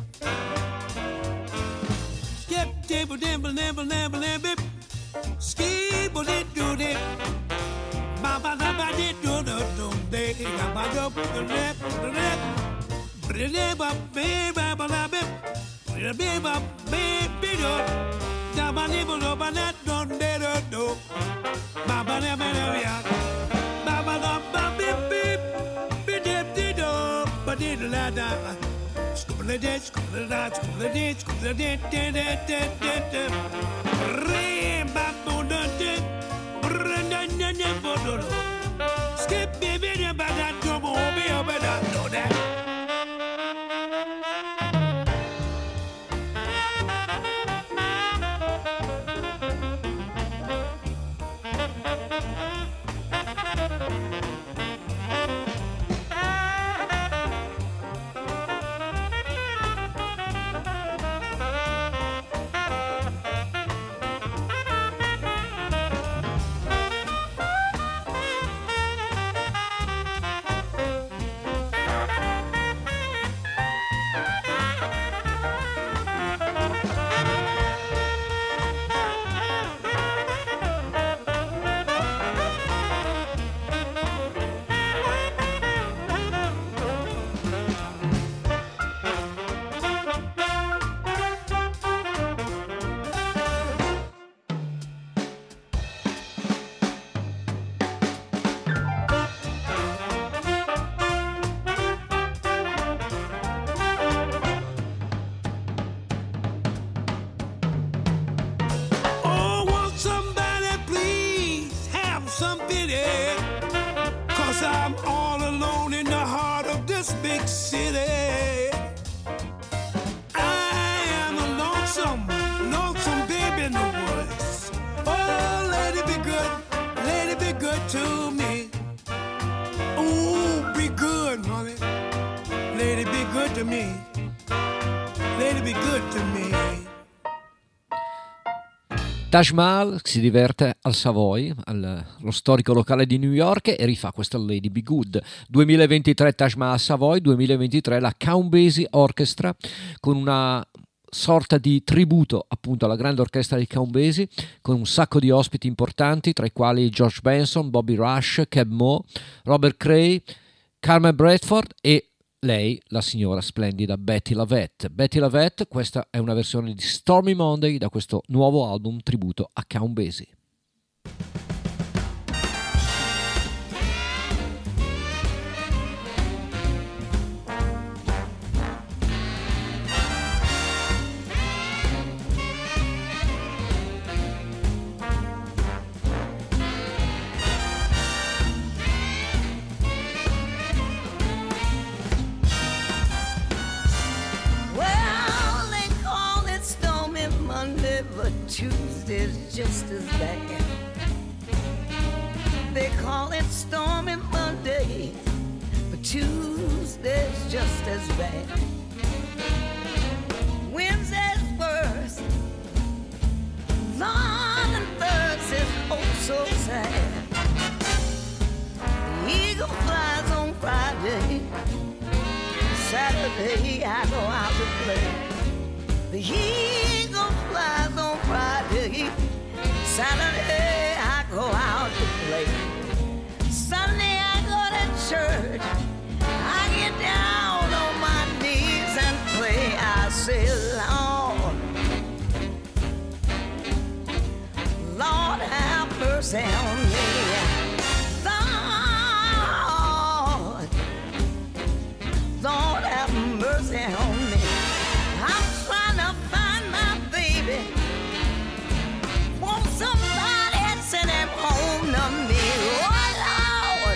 Skip, dibble, dibble, nibble, nibble, nibble, skibble, did do it. Baba, baba, did do the do, they got my job, the rap, the rap, the rap, baby, baba, baby, baby, baby, Baba nibble over that don't they don't do. Baba never never Baba da ba beep beep beep dip dip do but did la da scoop the ditch scoop the da scoop the ditch scoop the ditch did it did it re babu do did brenda nya nya bodo skip, baby, you better jump on me, you better know that. I'm all alone in the heart of this big city. I am a lonesome, lonesome baby in the woods. Oh, lady, be good, lady, be good to me. Ooh, be good, honey. Lady, be good to me. Lady, be good to me. Taj Mahal si diverte al Savoy, allo storico locale di New York, e rifà questa Lady Be Good. duemilaventitré Taj Mahal Savoy, duemilaventitré la Count Basie Orchestra, con una sorta di tributo appunto alla grande orchestra di Count Basie, con un sacco di ospiti importanti, tra i quali George Benson, Bobby Rush, Keb Mo, Robert Cray, Carmen Bradford e lei, la signora splendida Betty LaVette. Betty LaVette, questa è una versione di Stormy Monday da questo nuovo album tributo a Count Basie. Tuesday's just as bad. They call it Stormy Monday, but Tuesday's just as bad. Wednesday's worse. Long and Thursday's oh so sad. The eagle flies on Friday. Saturday I go out to play. The eagle flies on Friday. Saturday I go out to play. Sunday I go to church. I get down on my knees and pray. I say, Lord, Lord have mercy on me. Lord, Lord have mercy on me. I'm trying to find my baby. Want somebody to send him home to me. Oh, Lord.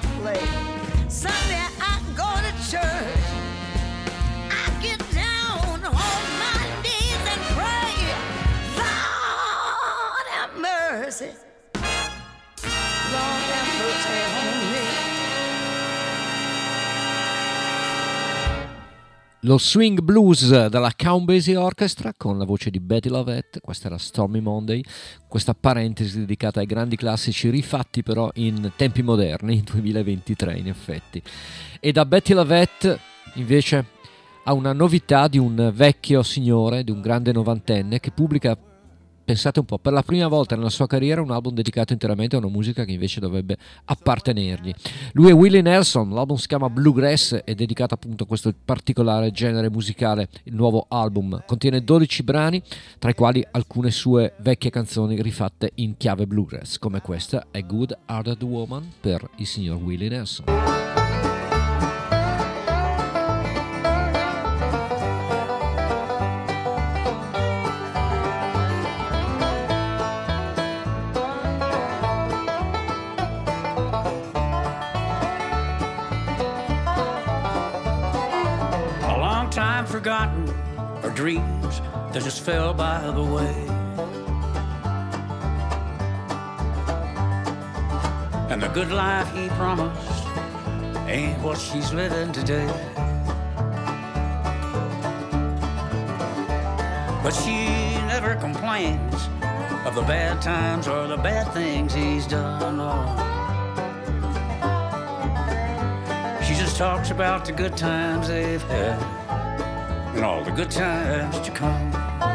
play. Sunday I go to church. I get down on my knees and pray. Lord have mercy. Lord have mercy on me. Lo swing blues dalla Count Basie Orchestra con la voce di Bettye LaVette. Questa era Stormy Monday, questa parentesi dedicata ai grandi classici rifatti però in tempi moderni, duemilaventitré in effetti. E da Bettye LaVette invece a una novità di un vecchio signore, di un grande novantenne che pubblica, pensate un po', per la prima volta nella sua carriera un album dedicato interamente a una musica che invece dovrebbe appartenergli. Lui è Willie Nelson, l'album si chiama Bluegrass, è dedicato appunto a questo particolare genere musicale. Il nuovo album contiene dodici brani, tra i quali alcune sue vecchie canzoni rifatte in chiave bluegrass, come questa A Good Hearted Woman per il signor Willie Nelson. Forgotten our dreams that just fell by the way, and the good life he promised ain't what she's living today. But she never complains of the bad times or the bad things he's done. Oh. She just talks about the good times they've had and all the good times to come.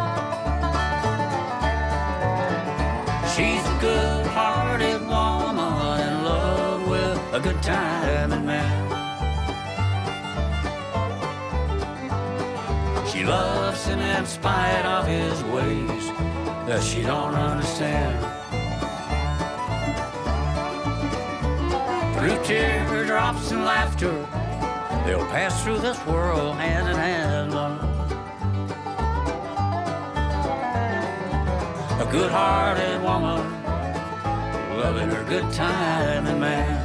She's a good-hearted woman in love with a good time and man. She loves him in spite of his ways that she don't understand. Through teardrops and laughter, they'll pass through this world hand in hand. A good-hearted woman, loving her good time and man.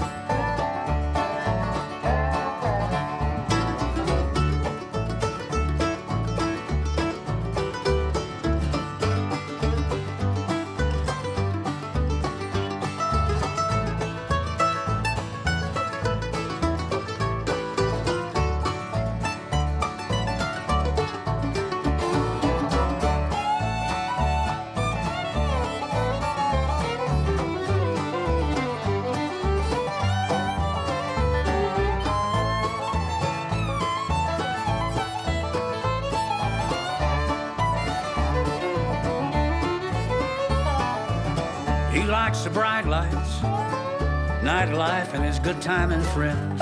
The bright lights, nightlife, and his good time and friends.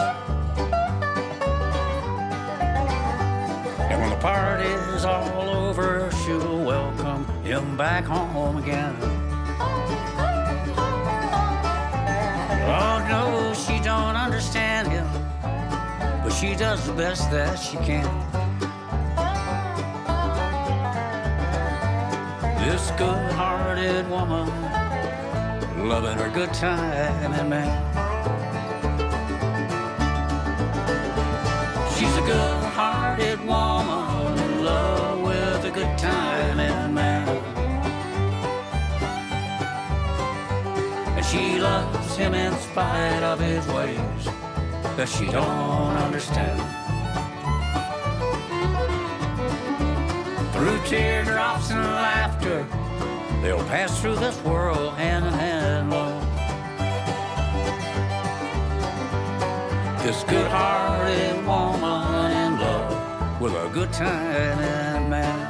And when the party's all over, she'll welcome him back home again. Lord knows she don't understand him, but she does the best that she can. This good-hearted woman, loving her good time and man. She's a good-hearted woman in love with a good time and man. And she loves him in spite of his ways that she don't understand. Through teardrops and laughter, they'll pass through this world hand in hand, Lord. This good-hearted woman in love with a good time and man.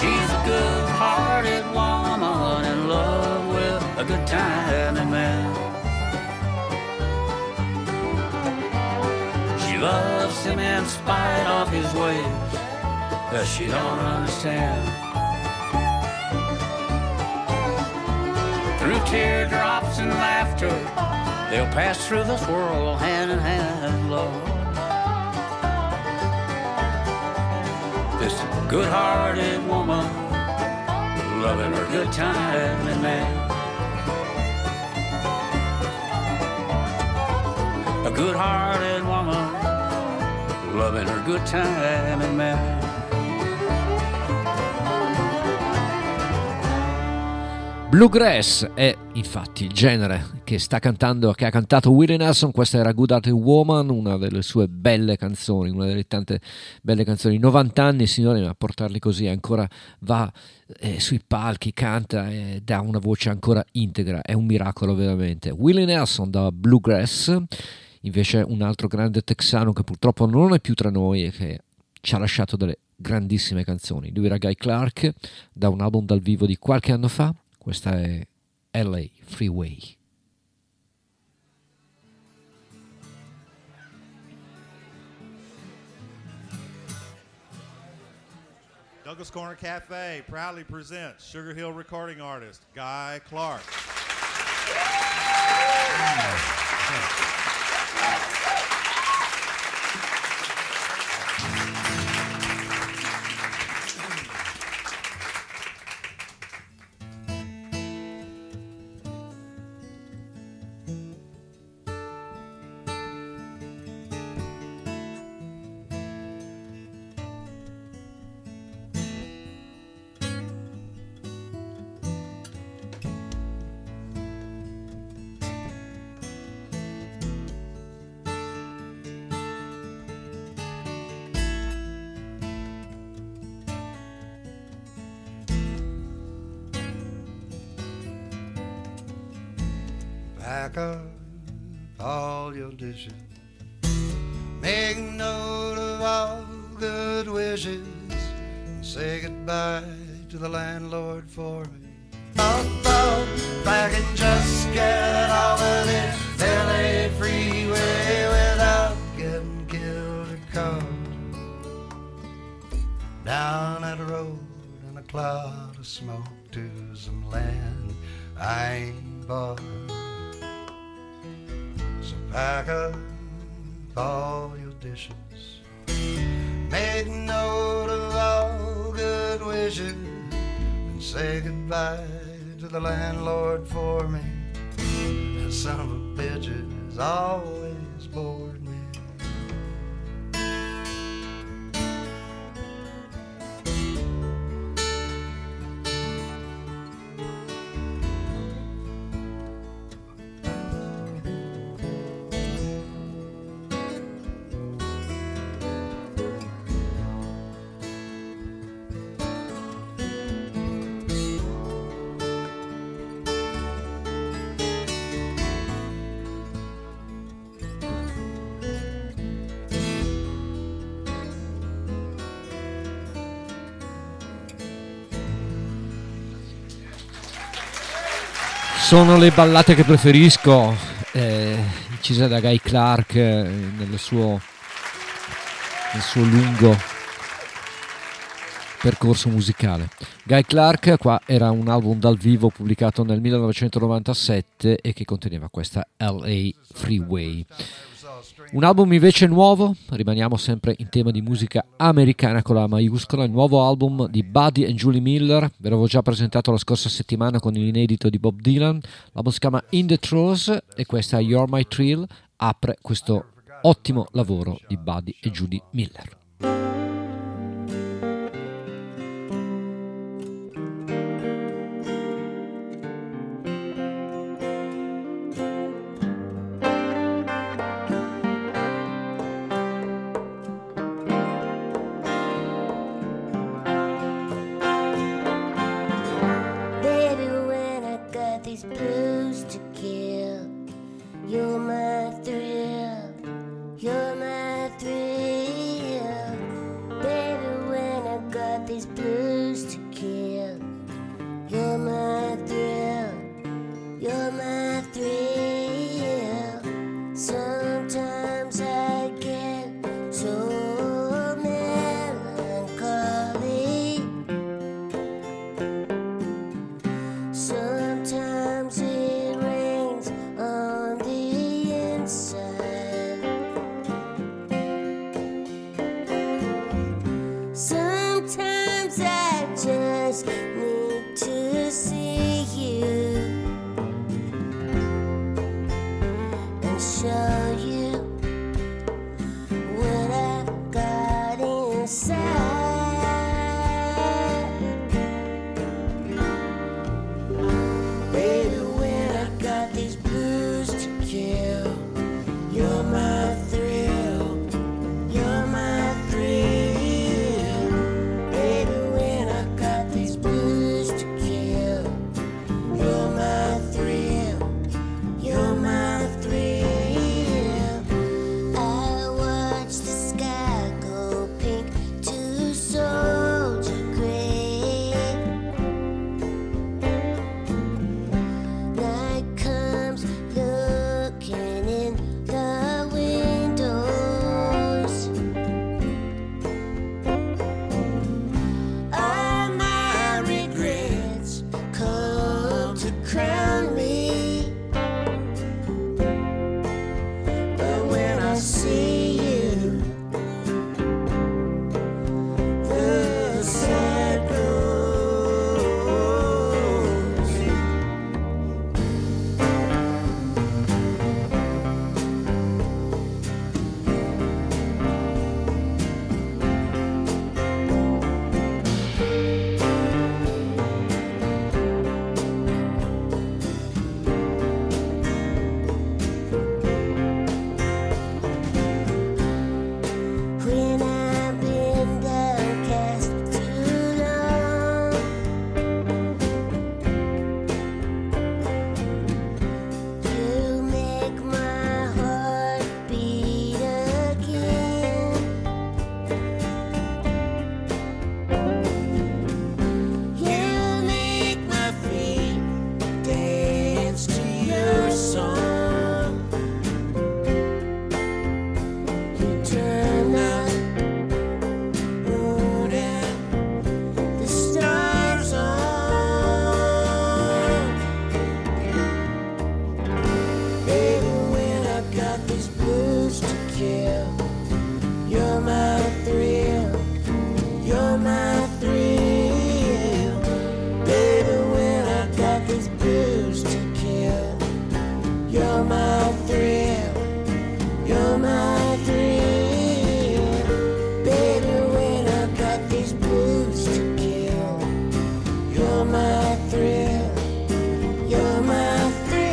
She's a good-hearted woman in love with a good time and man. She loves him in spite of his ways that she don't understand. Through teardrops and laughter, they'll pass through this world hand in hand, Lord. This good-hearted woman, loving her good time and man. A good-hearted woman, loving her good time and man. Bluegrass è infatti il genere che sta cantando, che ha cantato Willie Nelson. Questa era Good Hearted Woman, una delle sue belle canzoni, una delle tante belle canzoni. novanta anni, signori, ma portarli così ancora va eh, sui palchi, canta e dà una voce ancora integra, è un miracolo veramente. Willie Nelson da Bluegrass, invece un altro grande texano che purtroppo non è più tra noi e che ci ha lasciato delle grandissime canzoni. Lui era Guy Clark, da un album dal vivo di qualche anno fa. Questa è L A Freeway. Douglas Corner Cafe proudly presents Sugar Hill recording artist Guy Clark. Pack up all your dishes. Make note of all good wishes. And say goodbye to the landlord for me. Up, up, if I can just get off of this L A freeway without getting killed or caught. Down that road in a cloud of smoke to some land I ain't bought. So pack up all your dishes. Make note of all good wishes. And say goodbye to the landlord for me. That son of a bitch has always bored me. Sono le ballate che preferisco, eh, incise da Guy Clark eh, nel suo, nel suo lungo percorso musicale. Guy Clark, qua era un album dal vivo pubblicato nel millenovecentonovantasette e che conteneva questa L A Freeway. Un album invece nuovo, rimaniamo sempre in tema di musica americana con la maiuscola, il nuovo album di Buddy e Julie Miller, ve l'avevo già presentato la scorsa settimana con l'inedito di Bob Dylan, l'album si chiama In the Throes e questa You're My Thrill apre questo ottimo lavoro di Buddy e Julie Miller. You're my thrill, You're my thrill, baby, when I got this blues to kill. You're my thrill, you're my thrill, baby, when I got these blues to kill. You're my thrill, you're my thrill.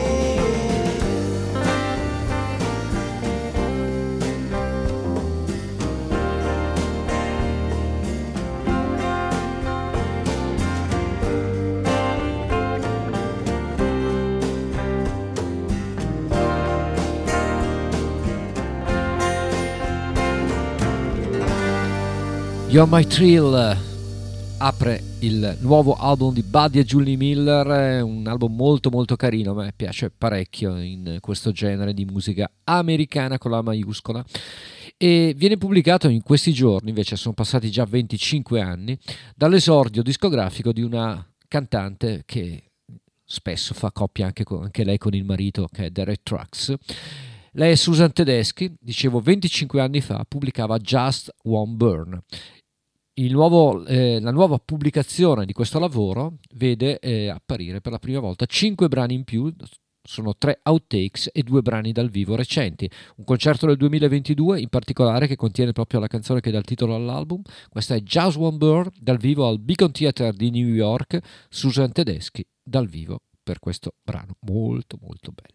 You're My Thrill apre il nuovo album di Buddy e Julie Miller, è un album molto molto carino, a me piace parecchio in questo genere di musica americana con la maiuscola, e viene pubblicato in questi giorni, invece sono passati già venticinque anni, dall'esordio discografico di una cantante che spesso fa coppia anche, con, anche lei con il marito, che è Derek Trucks. Lei è Susan Tedeschi, dicevo venticinque anni fa pubblicava Just Won't Burn. Il nuovo, eh, la nuova pubblicazione di questo lavoro vede eh, apparire per la prima volta cinque brani in più, sono tre outtakes e due brani dal vivo recenti. Un concerto del duemilaventidue in particolare che contiene proprio la canzone che dà il titolo all'album. Questa è Just Won't Burn dal vivo al Beacon Theatre di New York, Susan Tedeschi dal vivo per questo brano molto molto bello.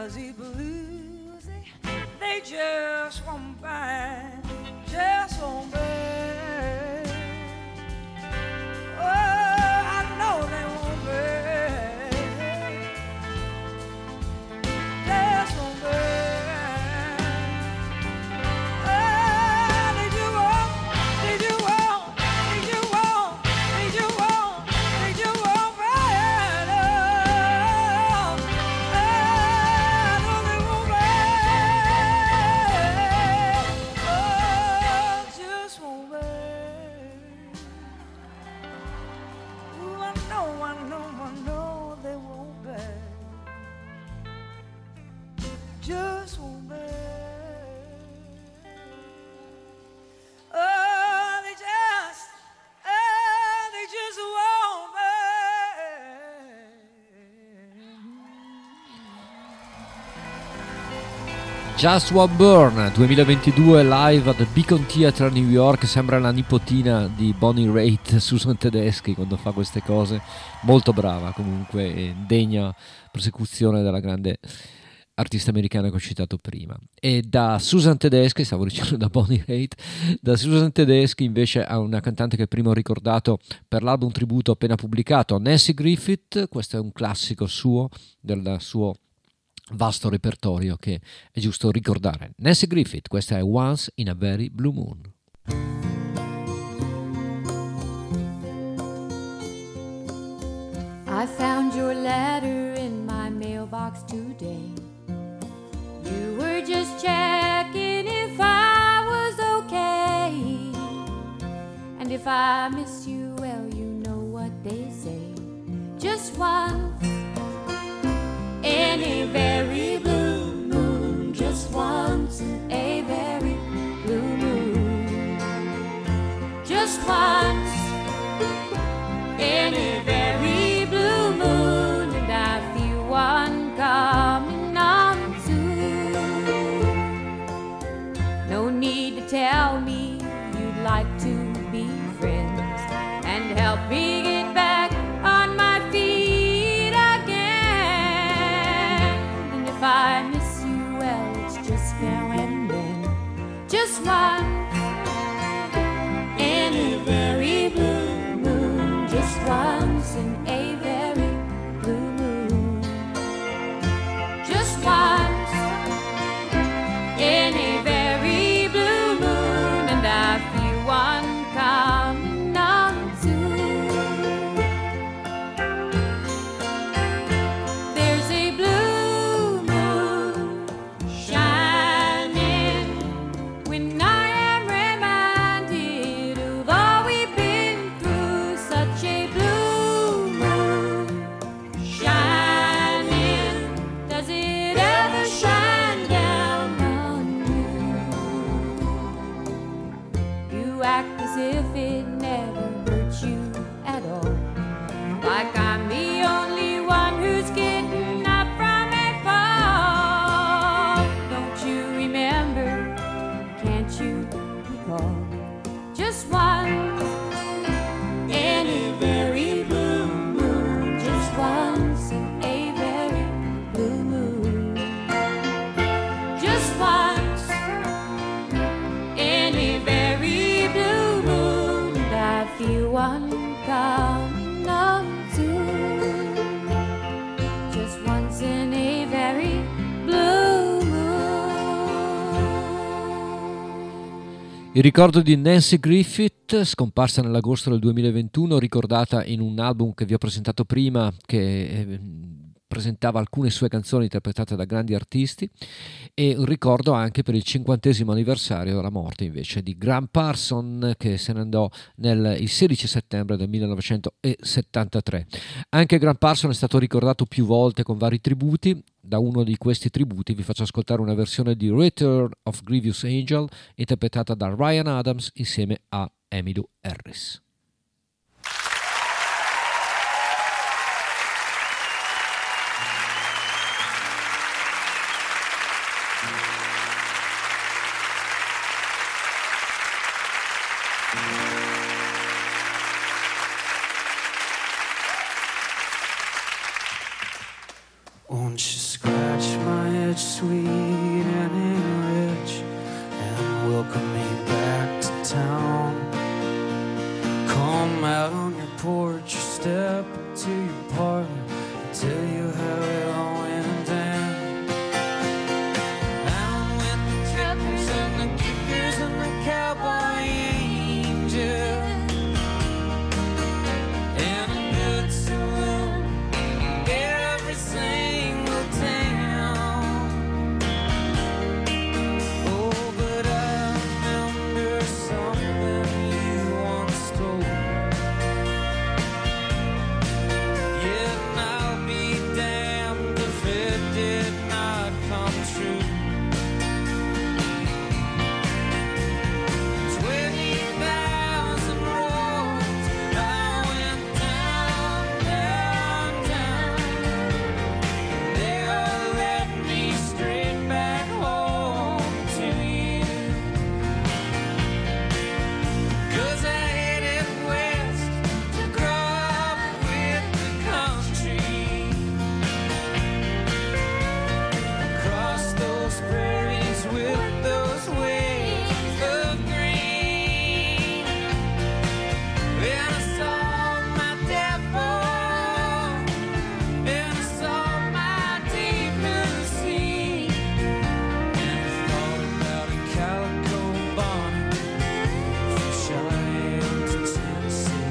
fuzzy blues, they, they just won't burn, just won't burn. Oh, I know they won't burn, just won't burn. Oh, did you want, did you want, did you want, did you want, did you want burn? Oh, I know they won't burn. Oh, just won't burn. Ooh, I know, I know, I know they won't burn. Just won't burn. Oh, they just, oh, they just won't burn. Just Won't Burn duemilaventidue live at the Beacon Theatre a New York. Sembra la nipotina di Bonnie Raitt, Susan Tedeschi, quando fa queste cose. Molto brava comunque e degna prosecuzione della grande artista americana che ho citato prima. E da Susan Tedeschi, stavo dicendo da Bonnie Raitt, da Susan Tedeschi invece a una cantante che prima ho ricordato per l'album tributo appena pubblicato, Nanci Griffith. Questo è un classico suo, del suo vasto repertorio che è giusto ricordare. Nanci Griffith, questa è Once in a Very Blue Moon. I found your letter in my mailbox today. You were just checking if I was okay. And if I miss you, well, you know what they say. Just once in a very blue moon. Just once in a very blue moon. Just once in a very blue moon. And I feel one coming on soon. No need to tell me you'd like to be friends and help me get back on my feet again. And if I miss you, well, it's just now and then. Just once in a very blue moon. Just once in a very blue moon. Just once in a very blue moon. And I feel one coming on soon. There's a blue moon shining when I am reminded of all we've been through. Such a blue moon shining. Does it ever shine down on you? You act as if it never hurt you at all. Like I'm the only one who's getting up from a fall. Don't you remember? Can't you recall? Just once in a very blue moon. Just once in a very blue moon. Just once in a very blue moon. And I feel one coming on soon. Just once in a very blue moon. Il ricordo di Nanci Griffith, scomparsa nell'agosto del duemilaventuno, ricordata in un album che vi ho presentato prima, che eh, presentava alcune sue canzoni interpretate da grandi artisti, e un ricordo anche per il cinquantesimo anniversario della morte invece di Graham Parsons, che se ne andò nel, il sedici settembre del millenovecentosettantatré. Anche Graham Parsons è stato ricordato più volte con vari tributi. Da uno di questi tributi vi faccio ascoltare una versione di Return of Grievous Angel interpretata da Ryan Adams insieme a Emmylou Harris. Won't you scratch my itch, sweet and enrich, and welcome me back to town? Come out on your porch, step into your parlor, and tell you how it all went down. Down with the trappers and the kickers and the cowboy angels, and a good saloon every single town. Oh, but I remember something you once told me. Yet I'll be damned if it did not come true. Twenty thousand roads I went down, down, down. They all led me straight back home to you. 'Cause I headed west to grow up with the country. Across those prairies with those waves of green. And I saw my devil, and I saw my deep blue sea. And I thought about a calico bonnet from Cheyenne to Tennessee.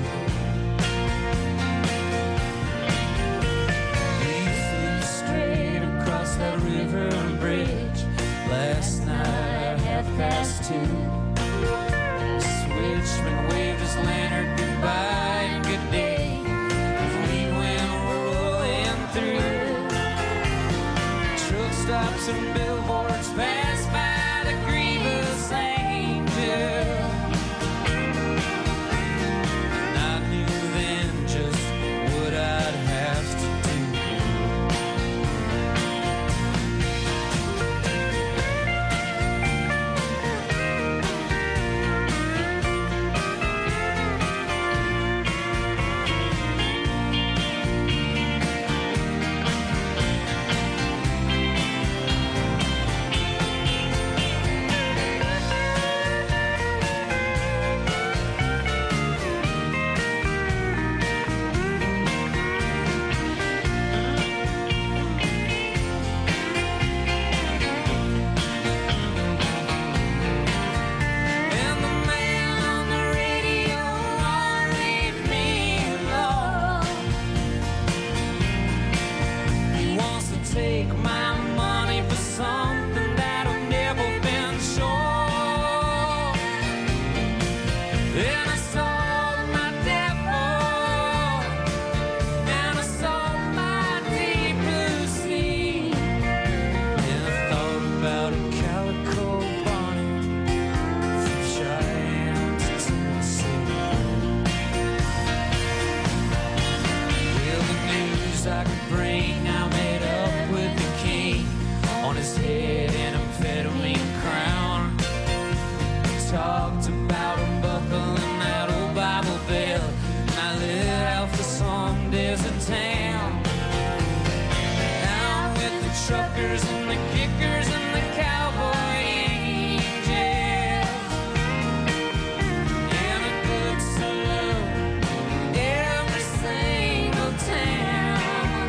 We flew straight across that river and bridge last night at half past two. The switchman waved his lantern goodbye and good day as we went rolling through. Truck stops and billboards passed by the grievous angel. And I knew then just what I'd have to do. And the man on the radio won't leave me alone. He wants to take my money for something that I've never been sure. And I saw my devil, and I saw my deep blue sea. And I thought about a calico bonnet from Cheyenne to Tennessee. Well, the news I could bring, I made up with the king on his head an amphetamine crown. Talked about a buckle and that old Bible belt, and I lit out for some desert town. Down with the truckers and the kickers and the cowboy angels, and a good saloon every single town.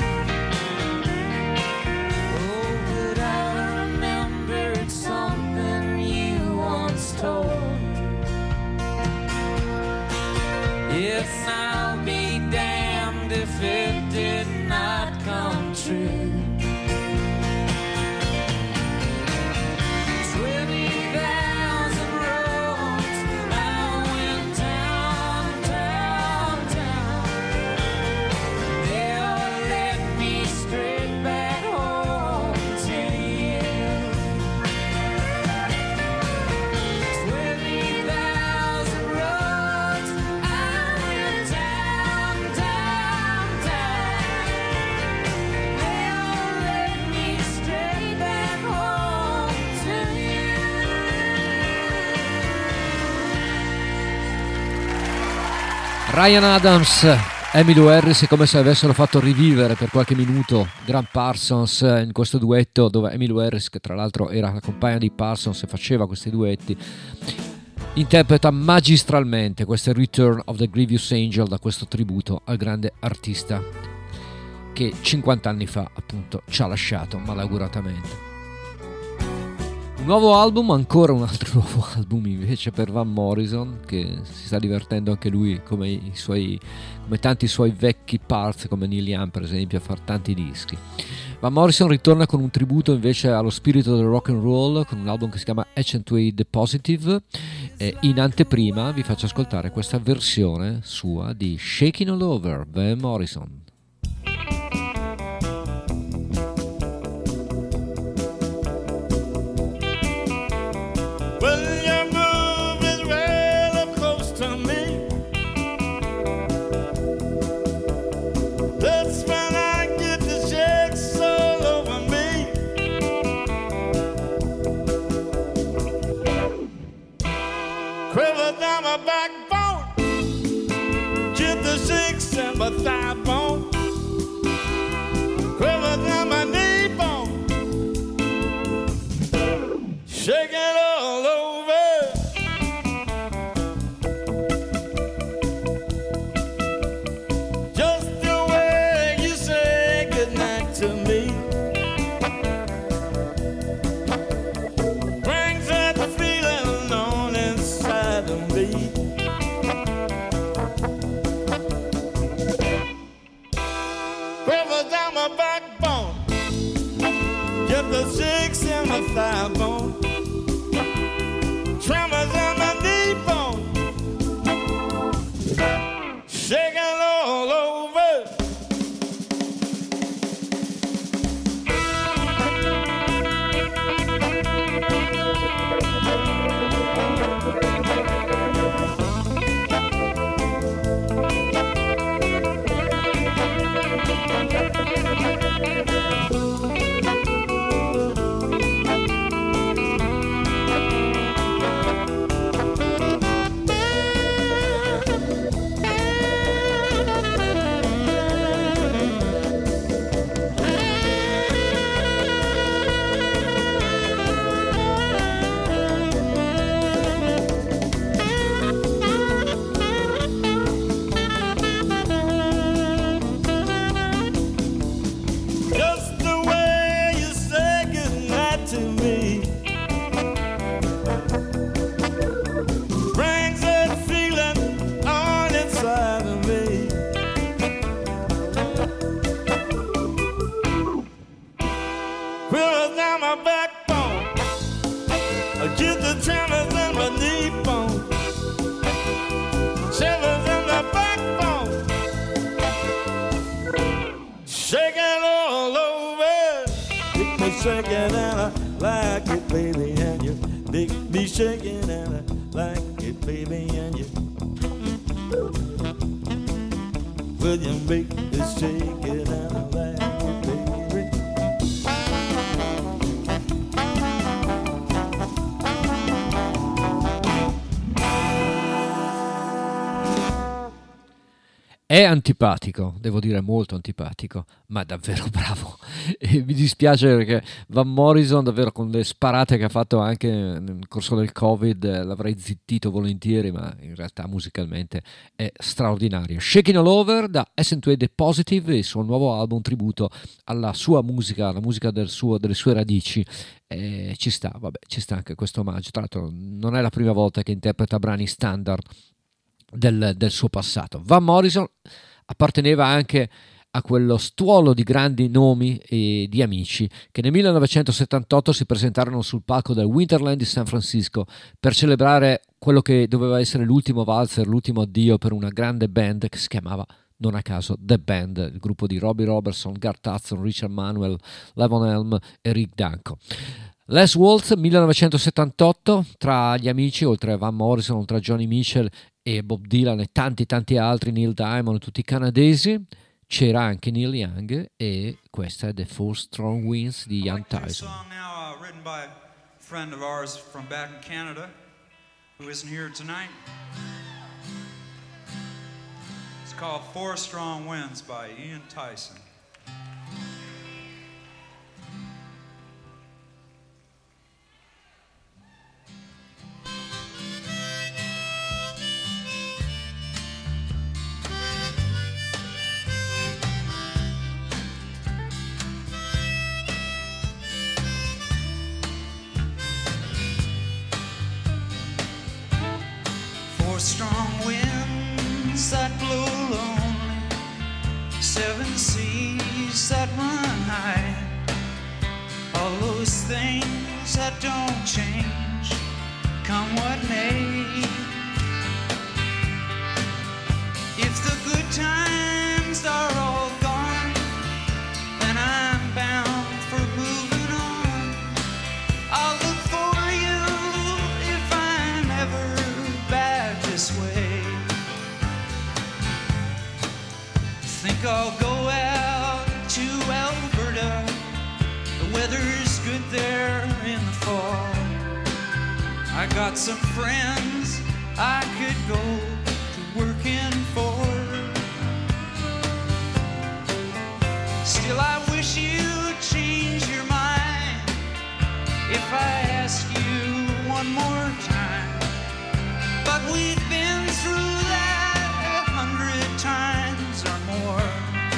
Oh, but I remembered something you once told. Yes, I'll be damned if it did not come true. Twenty thousand roads I went down, down, down. They all led me straight back home to you. Twenty thousand roads I went down, down, down. They all led me straight back home to you. Ryan Adams Emmylou Harris è come se avessero fatto rivivere per qualche minuto Graham Parsons in questo duetto, dove Emmylou Harris, che tra l'altro era la compagna di Parsons e faceva questi duetti, interpreta magistralmente questo Return of the Grievous Angel, da questo tributo al grande artista che cinquanta anni fa appunto ci ha lasciato malauguratamente. Nuovo album, ancora un altro nuovo album invece per Van Morrison, che si sta divertendo anche lui come, i suoi, come tanti suoi vecchi parts, come Neil Young per esempio, a fare tanti dischi. Van Morrison ritorna con un tributo invece allo spirito del rock and roll, con un album che si chiama Accentuate the Positive, e in anteprima vi faccio ascoltare questa versione sua di Shaking All Over, Van Morrison. Thigh bone, quiver down my knee bone, shake it all over. Just the way you say goodnight to me brings that feeling on inside of me. Down my backbone, get the shakes in my thigh bone, tremors in my knee bone, shaking all over. Shaking and I like it, baby, and you make me shaking and I like it, baby, and you will you make me shake it and I like it, baby. È antipatico, devo dire molto antipatico, ma davvero bravo. E mi dispiace perché Van Morrison, davvero, con le sparate che ha fatto anche nel corso del Covid, l'avrei zittito volentieri, ma in realtà musicalmente è straordinario. Shaking All Over da Accentuate the Positive, il suo nuovo album tributo alla sua musica, alla musica del suo, delle sue radici. E ci sta, vabbè, ci sta anche questo omaggio. Tra l'altro non è la prima volta che interpreta brani standard Del, del suo passato. Van Morrison apparteneva anche a quello stuolo di grandi nomi e di amici che nel millenovecentosettantotto si presentarono sul palco del Winterland di San Francisco per celebrare quello che doveva essere l'ultimo valzer, l'ultimo addio per una grande band che si chiamava, non a caso, The Band, il gruppo di Robbie Robertson, Garth Hudson, Richard Manuel, Levon Helm e Rick Danko. Les Waltz, millenovecentosettantotto, tra gli amici, oltre a Van Morrison, oltre a Johnny Mitchell e Bob Dylan e tanti tanti altri, Neil Diamond, tutti canadesi, c'era anche Neil Young, e questa è The Four Strong Winds di Ian Tyson. Song now uh, written by a friend of ours from back in Canada who isn't here tonight. It's called Four Strong Winds by Ian Tyson. Four strong winds that blow lonely, seven seas that run high, all those things that don't change, come what may. If the good times are all gone, then I'm bound for moving on. I'll look for you if I'm ever back this way. Think I'll go out to Alberta. The weather's good there in the fall. I got some friends I could go to working for. Still I wish you'd change your mind if I ask you one more time. But we've been through that a hundred times or more.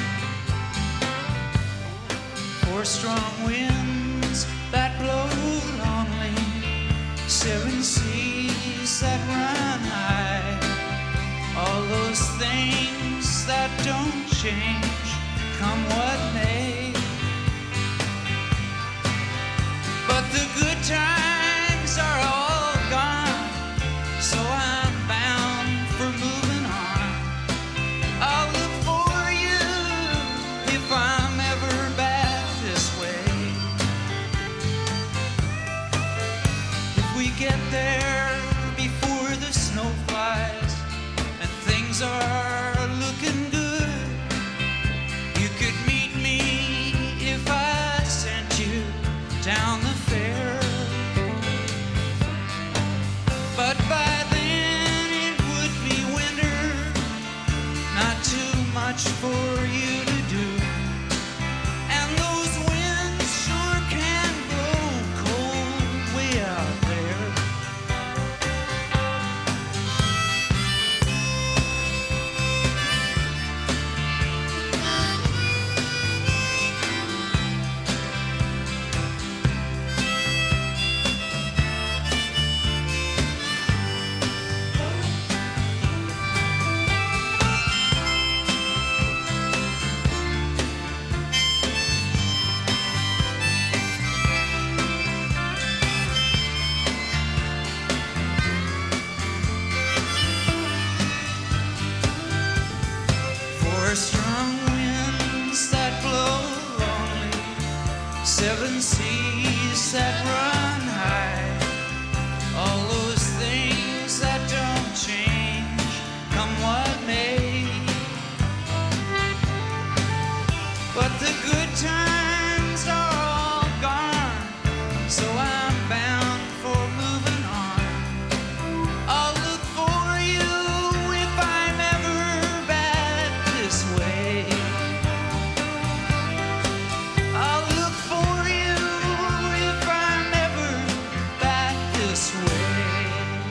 Four strong winds that blow lonely, seven seas that run high, all those things that don't change, come what may. But the good times are all gone, so I'm bound for moving on. I'll look for you if I'm ever back this way. If we get there before the snow flies and things are looking good, you could meet me if I sent you down the fair. But by then it would be winter, not too much for you to do. And those winds sure can blow cold way out there. Four strong winds that blow lonely, seven seas that run high, all those things that don't change, come what may. But the good times are all gone, so I'm bound for moving on. I'll look for you if I'm ever back this way. I'll look for you if I'm ever back this way.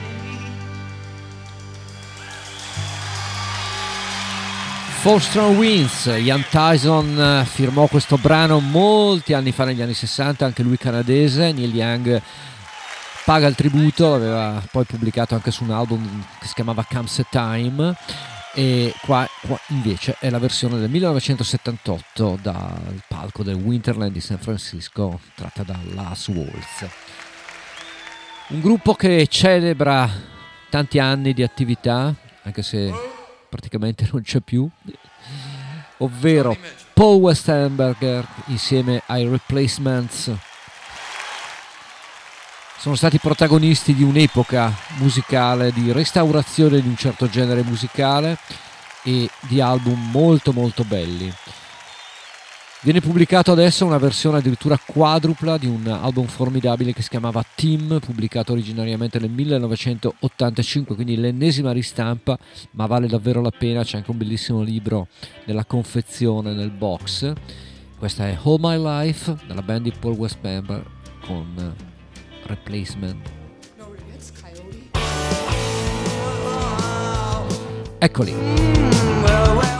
Four Strong Winds. Ian Tyson eh, firmò questo brano molti anni fa, negli anni sessanta, anche lui canadese. Neil Young paga il tributo, aveva poi pubblicato anche su un album che si chiamava Comes a Time, e qua, qua invece è la versione del millenovecentosettantotto dal palco del Winterland di San Francisco, tratta da Last Waltz. Un gruppo che celebra tanti anni di attività, anche se praticamente non c'è più, ovvero Paul Westenberger insieme ai Replacements. Sono stati protagonisti di un'epoca musicale di restaurazione di un certo genere musicale e di album molto molto belli. Viene pubblicato adesso una versione addirittura quadrupla di un album formidabile che si chiamava Team, pubblicato originariamente nel millenovecentottantacinque, quindi l'ennesima ristampa, ma vale davvero la pena. C'è anche un bellissimo libro nella confezione, nel box. Questa è All My Life della band di Paul Westbamber con Replacement. Eccoli.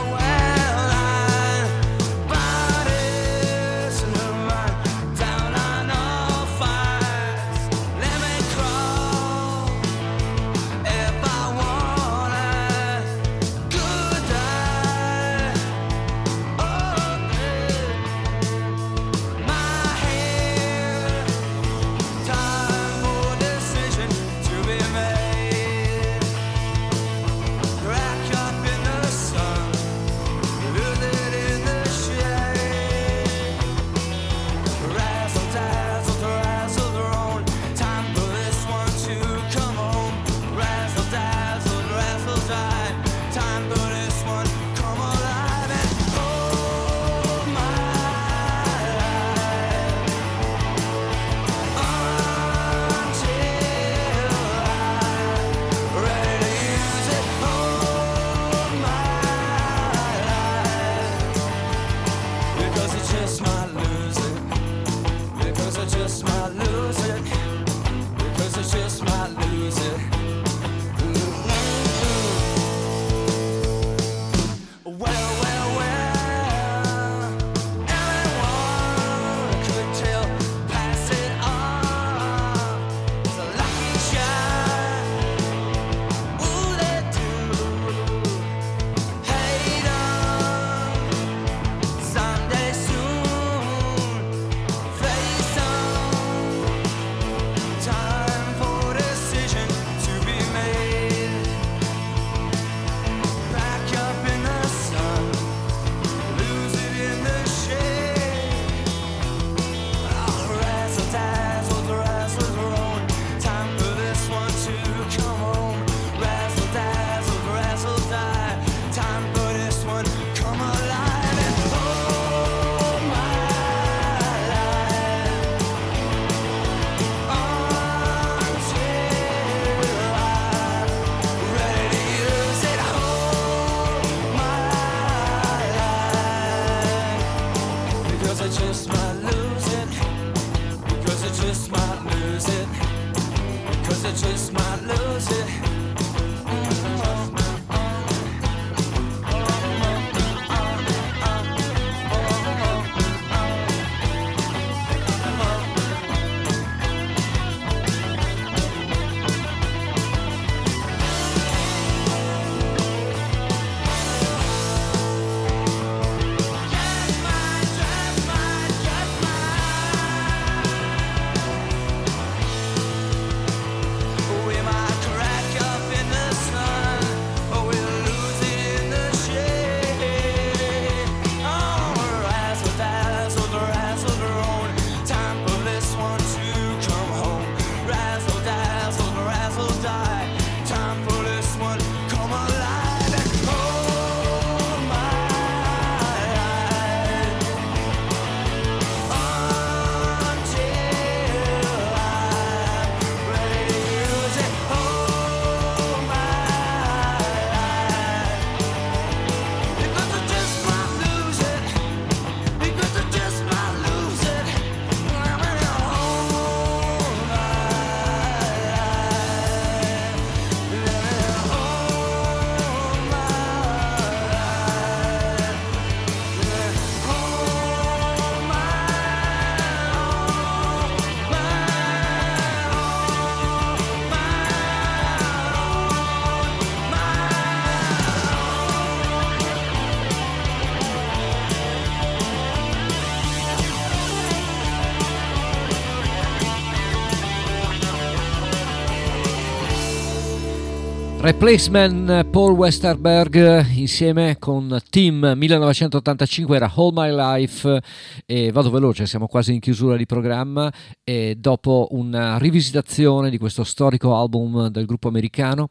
Replacement, Paul Westerberg insieme con Team millenovecentottantacinque, era All My Life. E vado veloce, siamo quasi in chiusura di programma, e dopo una rivisitazione di questo storico album del gruppo americano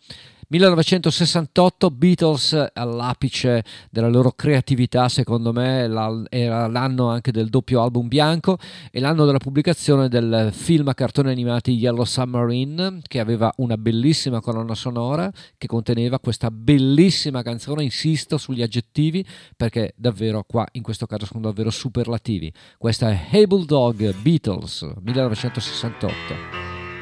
millenovecentosessantotto, Beatles all'apice della loro creatività, secondo me era l'anno anche del doppio album bianco e l'anno della pubblicazione del film a cartoni animati Yellow Submarine, che aveva una bellissima colonna sonora che conteneva questa bellissima canzone. Insisto sugli aggettivi perché davvero qua in questo caso sono davvero superlativi. Questa è Hey Bulldog, Beatles, millenovecentosessantotto.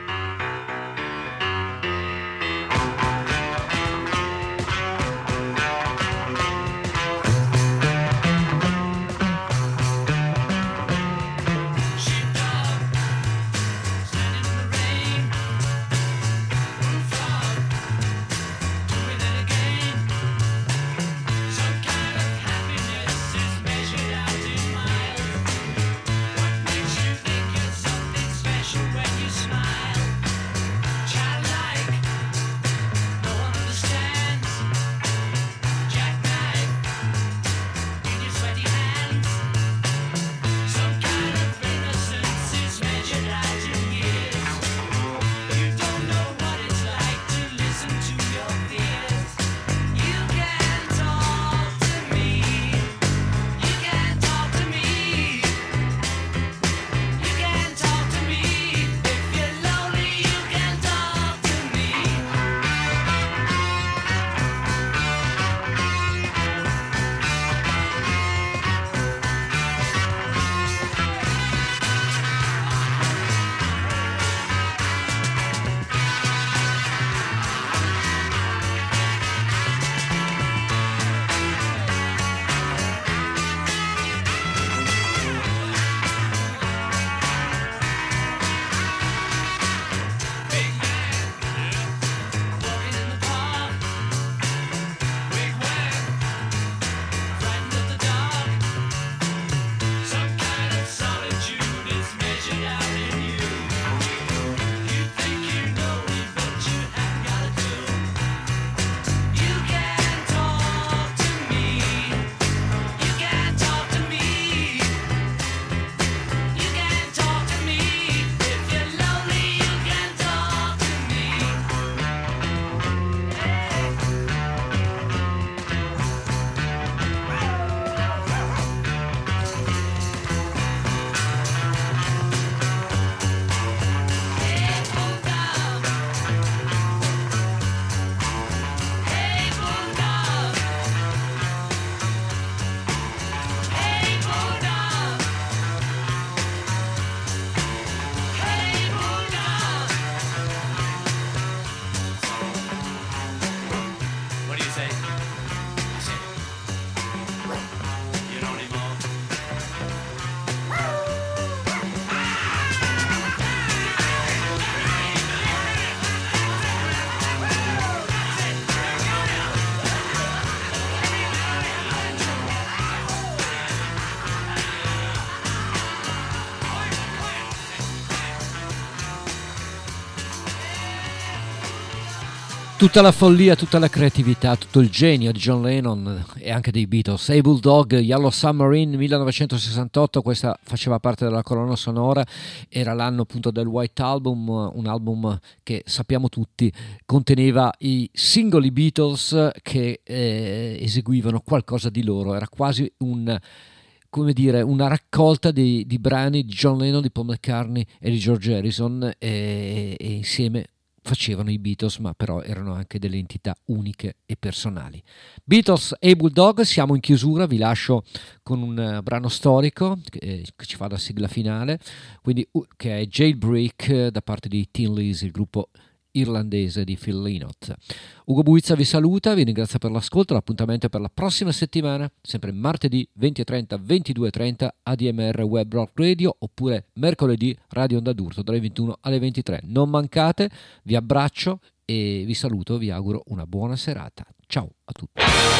Tutta la follia, tutta la creatività, tutto il genio di John Lennon e anche dei Beatles. Hey Bulldog, Yellow Submarine, millenovecentosessantotto, questa faceva parte della colonna sonora, era l'anno appunto del White Album, un album che sappiamo tutti conteneva i singoli Beatles che eh, eseguivano qualcosa di loro, era quasi un... come dire, una raccolta di, di brani di John Lennon, di Paul McCartney e di George Harrison e, e insieme facevano i Beatles, ma però erano anche delle entità uniche e personali. Beatles e Bulldog, siamo in chiusura, vi lascio con un uh, brano storico che, che ci fa da sigla finale, quindi uh, che è Jailbreak uh, da parte di Tin Lizzy, il gruppo irlandese di Phil Lynott. Ugo Buizza vi saluta, vi ringrazio per l'ascolto, l'appuntamento è per la prossima settimana, sempre martedì venti e trenta, ventidue e trenta A D M R Web Rock Radio, oppure mercoledì Radio Onda d'Urto dalle ventuno alle ventitré. Non mancate, vi abbraccio e vi saluto, vi auguro una buona serata. Ciao a tutti.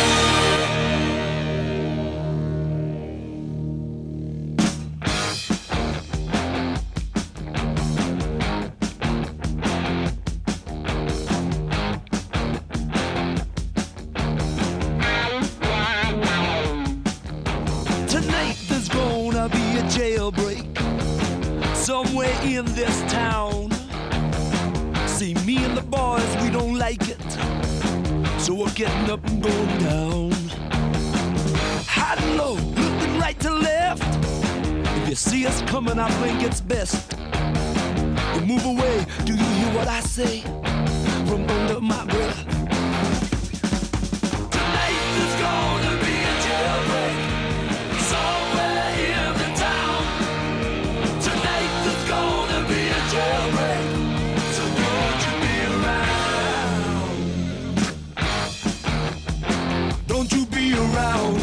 Jailbreak somewhere in this town. See, me and the boys, we don't like it. So we're getting up and going down. High and low, looking right to left. If you see us coming, I think it's best you move away. Do you hear what I say from under my breath? Tonight there's gonna be a jailbreak somewhere in the town. Tonight there's gonna be a jailbreak, so won't you be around? Don't you be around.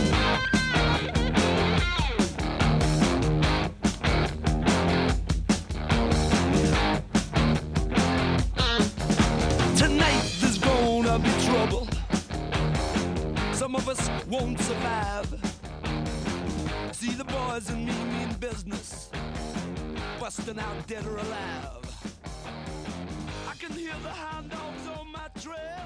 Some of us won't survive. See the boys and me mean business, busting out dead or alive. I can hear the hound dogs on my trail.